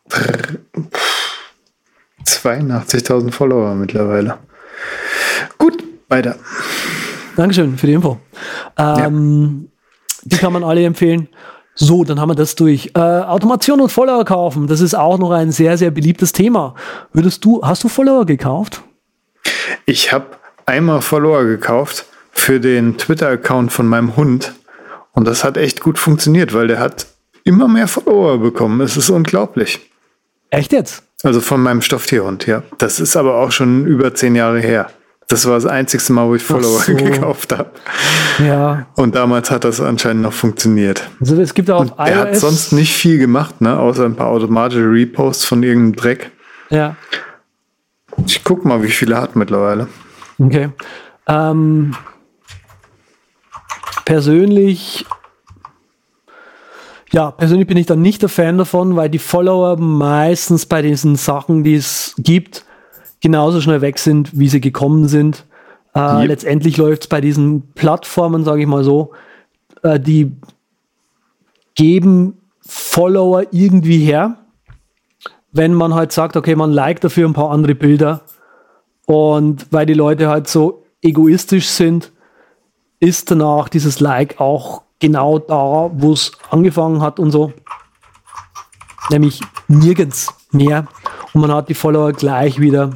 zweiundachtzigtausend Follower mittlerweile. Gut, weiter. Dankeschön für die Info. Ähm, die kann man alle empfehlen. So, dann haben wir das durch. Äh, Automation und Follower kaufen, das ist auch noch ein sehr, sehr beliebtes Thema. Würdest du, hast du Follower gekauft? Ich habe einmal Follower gekauft für den Twitter-Account von meinem Hund. Und das hat echt gut funktioniert, weil der hat immer mehr Follower bekommen. Es ist unglaublich. Echt jetzt? Also von meinem Stofftierhund, ja. Das ist aber auch schon über zehn Jahre her. Das war das einzigste Mal, wo ich Follower so. gekauft habe. Ja. Und damals hat das anscheinend noch funktioniert. Also es gibt auch auf iOS. Er hat sonst nicht viel gemacht, ne? Außer ein paar automatische Reposts von irgendeinem Dreck. Ja. Ich guck mal, wie viele er hat mittlerweile. Okay. Ähm, persönlich, ja, persönlich bin ich dann nicht der Fan davon, weil die Follower meistens bei diesen Sachen, die es gibt, genauso schnell weg sind, wie sie gekommen sind. Äh, yep. Letztendlich läuft es bei diesen Plattformen, sage ich mal so, äh, die geben Follower irgendwie her, wenn man halt sagt, okay, man liked dafür ein paar andere Bilder. Und weil die Leute halt so egoistisch sind, ist danach dieses Like auch genau da, wo es angefangen hat und so. Nämlich nirgends mehr. Und man hat die Follower gleich wieder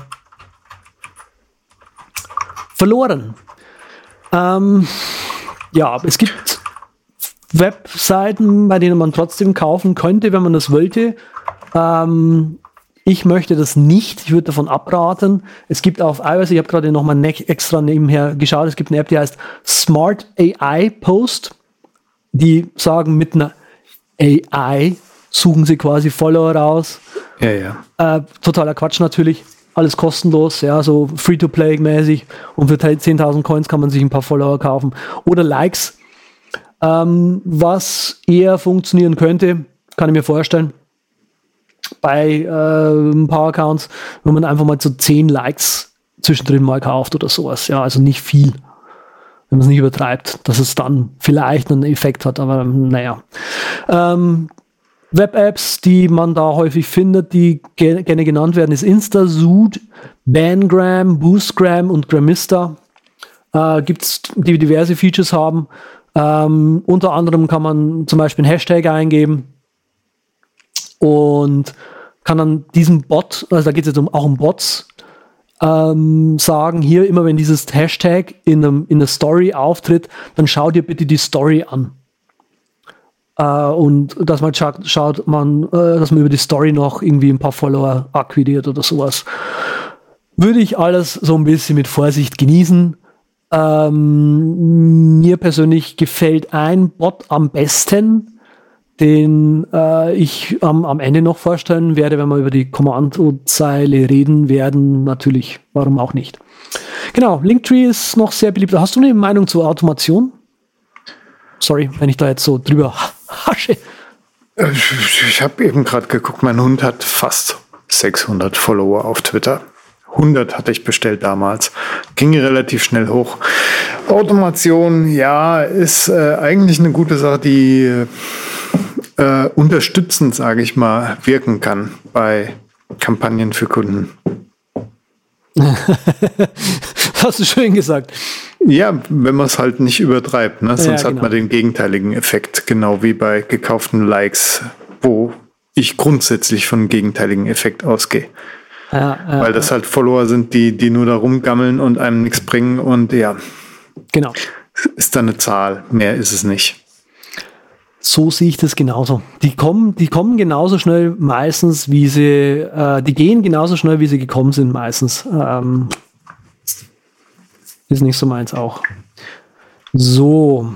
verloren. Ähm, ja, es gibt Webseiten, bei denen man trotzdem kaufen könnte, wenn man das wollte. Ähm, ich möchte das nicht. Ich würde davon abraten. Es gibt auf iOS, ich habe gerade nochmal ne- extra nebenher geschaut, es gibt eine App, die heißt Smart A I Post. Die sagen, mit einer A I suchen sie quasi Follower raus. Ja, ja. Äh, totaler Quatsch natürlich. Alles kostenlos, ja, so Free-to-Play-mäßig. Und für zehntausend Coins kann man sich ein paar Follower kaufen. Oder Likes. Ähm, was eher funktionieren könnte, kann ich mir vorstellen, bei äh, ein paar Accounts, wenn man einfach mal so zehn Likes zwischendrin mal kauft oder sowas. Ja, also nicht viel, wenn man es nicht übertreibt, dass es dann vielleicht einen Effekt hat, aber naja. Ähm, Web-Apps, die man da häufig findet, die ge- gerne genannt werden, ist Instazood, Bangram, Boostgram und Gramista. Äh, gibt es, die diverse Features haben. Ähm, unter anderem kann man zum Beispiel einen Hashtag eingeben und kann dann diesem Bot, also da geht es jetzt um, auch um Bots, ähm, sagen, hier immer wenn dieses Hashtag in, einem, in einer Story auftritt, dann schau dir bitte die Story an. Uh, und dass man schaut, schaut man, uh, dass man über die Story noch irgendwie ein paar Follower akquiriert oder sowas. Würde ich alles so ein bisschen mit Vorsicht genießen. Ähm, mir persönlich gefällt ein Bot am besten, den äh, ich am, am Ende noch vorstellen werde, wenn wir über die Kommandozeile reden werden. Natürlich, warum auch nicht. Genau, Linktree ist noch sehr beliebt. Hast du eine Meinung zur Automation? Sorry, wenn ich da jetzt so drüber hasche. Ich, ich habe eben gerade geguckt, mein Hund hat fast sechshundert Follower auf Twitter. hundert hatte ich bestellt damals. Ging relativ schnell hoch. Automation, ja, ist äh, eigentlich eine gute Sache, die äh, unterstützend, sage ich mal, wirken kann bei Kampagnen für Kunden. Hast du schön gesagt. Ja, wenn man es halt nicht übertreibt, ne? Sonst ja, genau. hat man den gegenteiligen Effekt, genau wie bei gekauften Likes, wo ich grundsätzlich von einem gegenteiligen Effekt ausgehe. Ja, ja, Weil das halt Follower sind, die, die nur da rumgammeln und einem nichts bringen und ja, genau. Ist dann eine Zahl, mehr ist es nicht. So sehe ich das genauso. Die kommen, die kommen genauso schnell meistens, wie sie, äh, die gehen genauso schnell, wie sie gekommen sind meistens. Ähm, ist nicht so meins auch. So.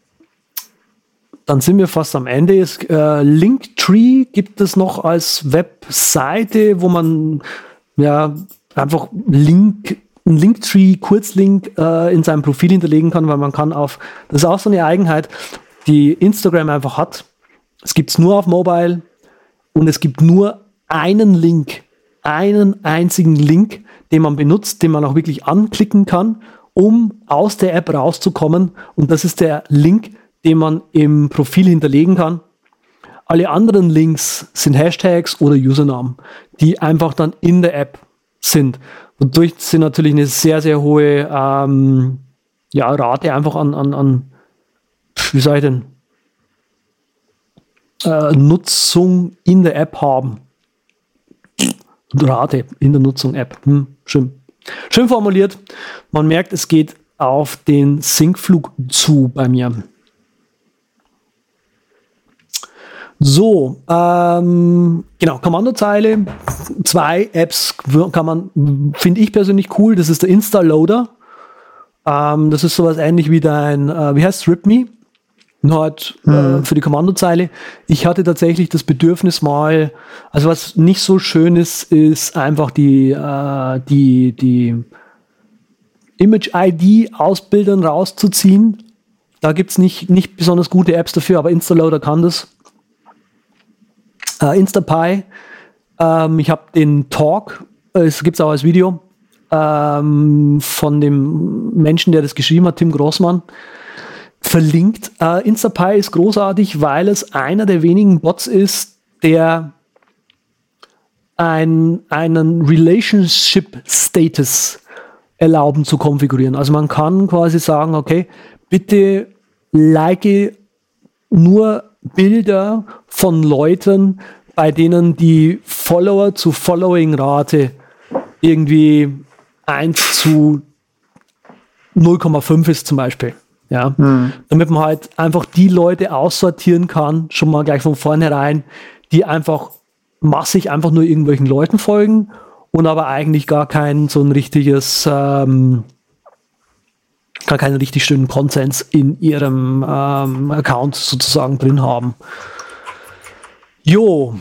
Dann sind wir fast am Ende. Ist, äh, Linktree gibt es noch als Webseite, wo man ja einfach Link, einen Linktree, Kurzlink äh, in seinem Profil hinterlegen kann, weil man kann auf, das ist auch so eine Eigenheit, die Instagram einfach hat. Es gibt es nur auf Mobile und es gibt nur einen Link, einen einzigen Link, den man benutzt, den man auch wirklich anklicken kann, um aus der App rauszukommen. Und das ist der Link, den man im Profil hinterlegen kann. Alle anderen Links sind Hashtags oder Usernamen, die einfach dann in der App sind. Wodurch sind natürlich eine sehr, sehr hohe ähm, ja, Rate einfach an, an, an wie sag ich denn, äh, Nutzung in der App haben. Rate in der Nutzung App. Hm, schön. Schön formuliert. Man merkt, es geht auf den Syncflug zu bei mir. So, ähm, genau, Kommandozeile, zwei Apps kann man, finde ich persönlich cool, das ist der Insta-Loader, ähm, das ist sowas ähnlich wie dein, äh, wie heißt es, RipMe, nur halt äh, mhm. für die Kommandozeile. Ich hatte tatsächlich das Bedürfnis mal, also was nicht so schön ist, ist einfach die, äh, die, die Image-I D aus Bildern rauszuziehen. Da gibt's nicht, nicht besonders gute Apps dafür, aber Insta-Loader kann das. Uh, Instapy, ähm, ich habe den Talk, äh, es gibt es auch als Video, ähm, von dem Menschen, der das geschrieben hat, Tim Grossmann, verlinkt. Uh, Instapy ist großartig, weil es einer der wenigen Bots ist, der ein, einen Relationship-Status erlauben zu konfigurieren. Also man kann quasi sagen, okay, bitte like nur Bilder von Leuten, bei denen die Follower zu Following-Rate irgendwie eins zu null Komma fünf ist zum Beispiel. Ja? Mhm. Damit man halt einfach die Leute aussortieren kann, schon mal gleich von vornherein, die einfach massig einfach nur irgendwelchen Leuten folgen und aber eigentlich gar kein so ein richtiges ähm, gar keinen richtig schönen Konsens in ihrem ähm, Account sozusagen drin haben. Jo.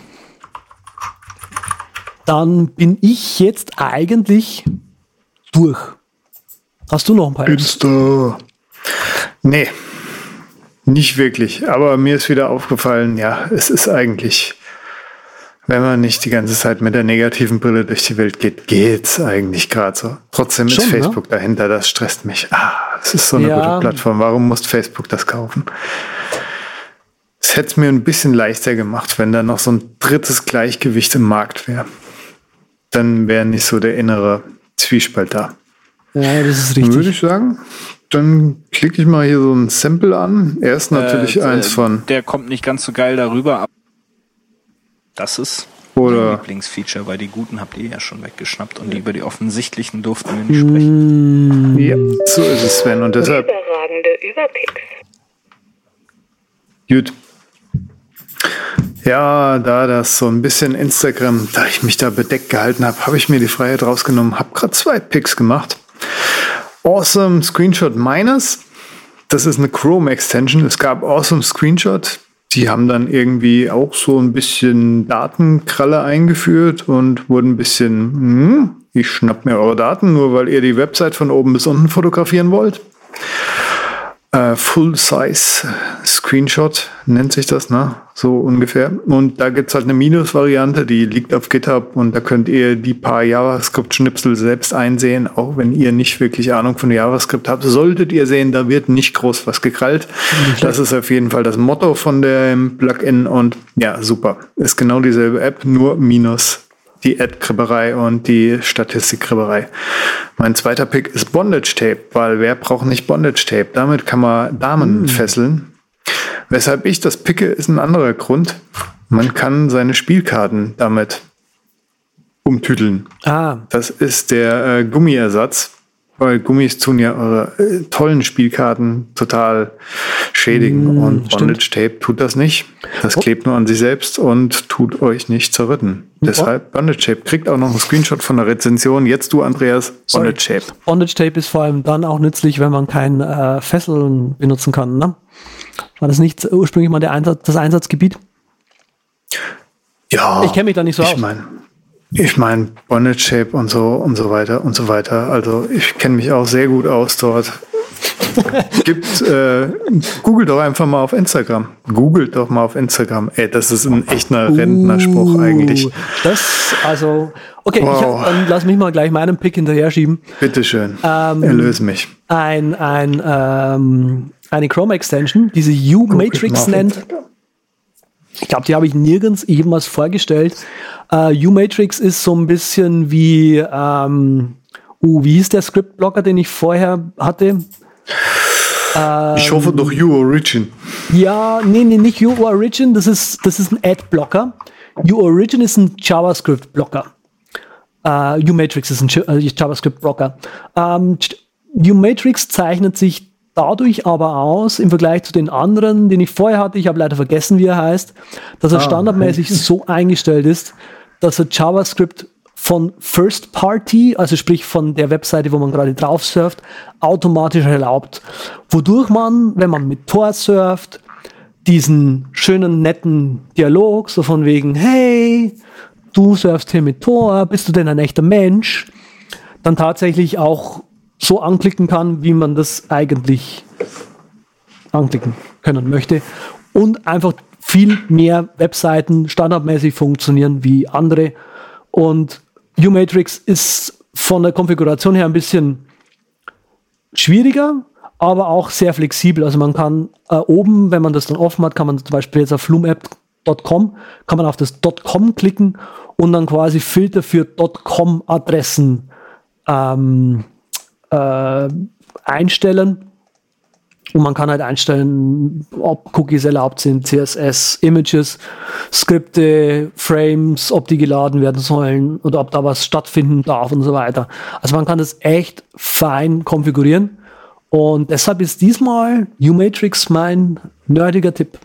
Dann bin ich jetzt eigentlich durch. Hast du noch ein paar Apps? Insta. Nee, nicht wirklich. Aber mir ist wieder aufgefallen, ja, es ist eigentlich, wenn man nicht die ganze Zeit mit der negativen Brille durch die Welt geht, geht's eigentlich gerade so. Trotzdem Schon, ist Facebook ne? dahinter, das stresst mich. Ah, es ist so eine Ja. gute Plattform. Warum muss Facebook das kaufen? Es hätte es mir ein bisschen leichter gemacht, wenn da noch so ein drittes Gleichgewicht im Markt wäre. Dann wäre nicht so der innere Zwiespalt da. Ja, das ist Dann würde richtig. ich sagen, dann klicke ich mal hier so ein Sample an. Erst natürlich Äh, eins von, Der kommt nicht ganz so geil darüber, aber das ist Oder- mein Lieblingsfeature, weil die guten habt ihr ja schon weggeschnappt und die über die offensichtlichen durften wir nicht sprechen. Mm, ja, so ist es, Sven. Und deshalb, Überragende Überpicks. gut. Ja, da das so ein bisschen Instagram, da ich mich da bedeckt gehalten habe, habe ich mir die Freiheit rausgenommen, habe gerade zwei Picks gemacht. Awesome Screenshot Minus. Das ist eine Chrome-Extension. Es gab Awesome Screenshot. Die haben dann irgendwie auch so ein bisschen Datenkralle eingeführt und wurden ein bisschen, hm, ich schnapp mir eure Daten, nur weil ihr die Website von oben bis unten fotografieren wollt. Äh, Full-Size Screenshot nennt sich das, ne? So ungefähr. Und da gibt's halt eine Minus-Variante, die liegt auf GitHub und da könnt ihr die paar JavaScript-Schnipsel selbst einsehen, auch wenn ihr nicht wirklich Ahnung von JavaScript habt. Solltet ihr sehen, da wird nicht groß was gekrallt. Das ist auf jeden Fall das Motto von dem Plugin und ja, super. Ist genau dieselbe App, nur minus die Ad-Kribberei und die Statistik-Kribberei. Mein zweiter Pick ist Bondage Tape, weil wer braucht nicht Bondage Tape? Damit kann man Damen mm. fesseln. Weshalb ich das picke, ist ein anderer Grund. Man kann seine Spielkarten damit umtüdeln. ah, Das ist der äh, Gummiersatz, weil Gummis tun ja eure äh, tollen Spielkarten total schädigen Mm, und Bondage stimmt. Tape tut das nicht. Das Oh. klebt nur an sich selbst und tut euch nicht zerrütten. Deshalb Bondage Tape. Kriegt auch noch einen Screenshot von der Rezension. Jetzt du, Andreas, Sorry. Bondage Tape. Bondage Tape ist vor allem dann auch nützlich, wenn man kein äh, Fesseln benutzen kann. Ne? War das nicht ursprünglich mal der Einsatz, das Einsatzgebiet? Ja. Ich kenne mich da nicht so ich aus. Mein, ich meine, Bondage Tape und so und so weiter und so weiter. Also ich kenne mich auch sehr gut aus dort. Gibt, äh, googelt doch einfach mal auf Instagram. Googelt doch mal auf Instagram. Ey, das ist ein echter Rentnerspruch Uh, eigentlich. Das, also, okay, Wow. ich hab, dann lass mich mal gleich meinen Pick hinterher schieben. Bitteschön. Ähm, Erlöse mich. Ein, ein, ähm, eine Chrome-Extension, diese U-Matrix Guck mal auf nennt. Instagram. Ich glaube, die habe ich nirgends jemals vorgestellt. Äh, U-Matrix ist so ein bisschen wie, ähm, uh, wie hieß der Script-Blocker, den ich vorher hatte? Ich hoffe doch U-Origin. Ja, nee, nee, nicht U-Origin, das ist, das ist ein Ad-Blocker. U-Origin ist ein JavaScript-Blocker. Uh, U-Matrix ist ein J- äh, JavaScript-Blocker. Ähm, U-Matrix zeichnet sich dadurch aber aus, im Vergleich zu den anderen, den ich vorher hatte, ich habe leider vergessen, wie er heißt, dass er ah, standardmäßig so eingestellt ist, dass er JavaScript von First Party, also sprich von der Webseite, wo man gerade drauf surft, automatisch erlaubt. Wodurch man, wenn man mit Tor surft, diesen schönen, netten Dialog, so von wegen, hey, du surfst hier mit Tor, bist du denn ein echter Mensch, dann tatsächlich auch so anklicken kann, wie man das eigentlich anklicken können möchte. Und einfach viel mehr Webseiten standardmäßig funktionieren wie andere. Und U-Matrix ist von der Konfiguration her ein bisschen schwieriger, aber auch sehr flexibel. Also man kann äh, oben, wenn man das dann offen hat, kann man zum Beispiel jetzt auf flumapp Punkt com, kann man auf das .com klicken und dann quasi Filter für .com-Adressen ähm, äh, einstellen. Und man kann halt einstellen, ob Cookies erlaubt sind, C S S, Images, Skripte, Frames, ob die geladen werden sollen oder ob da was stattfinden darf und so weiter. Also man kann das echt fein konfigurieren. Und deshalb ist diesmal U-Matrix mein nerdiger Tipp.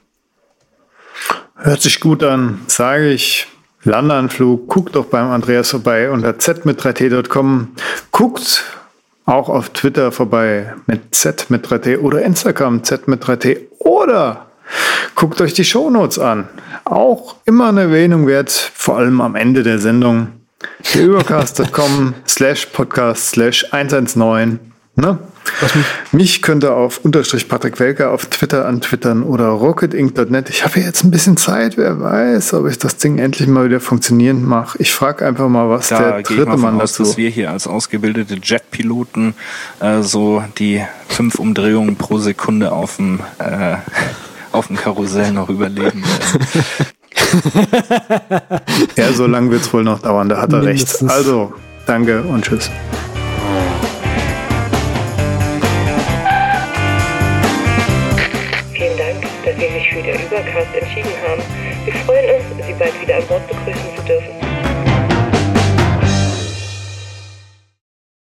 Hört sich gut an, sage ich. Landeanflug, guckt doch beim Andreas vorbei unter z mit drei t Punkt com. Guckt auch auf Twitter vorbei mit Z mit drei T oder Instagram Z mit drei T oder guckt euch die Shownotes an. Auch immer eine Erwähnung wert, vor allem am Ende der Sendung. der übercast Punkt com slash podcast slash eins eins neun. Ne? Mich? mich könnt ihr auf unterstrich Patrick Welker auf Twitter antwittern oder rocketinc Punkt net. Ich habe ja jetzt ein bisschen Zeit, wer weiß, ob ich das Ding endlich mal wieder funktionierend mache. Ich frage einfach mal, was da der dritte Mann aus, dazu... dass wir hier als ausgebildete Jetpiloten äh, so die fünf Umdrehungen pro Sekunde auf dem, äh, auf dem Karussell noch überleben werden. Ja, so lange wird es wohl noch dauern, da hat er Mindestens. recht. Also, danke und tschüss. Dass Sie sich für den Übercast entschieden haben. Wir freuen uns, Sie bald wieder an Bord begrüßen zu dürfen.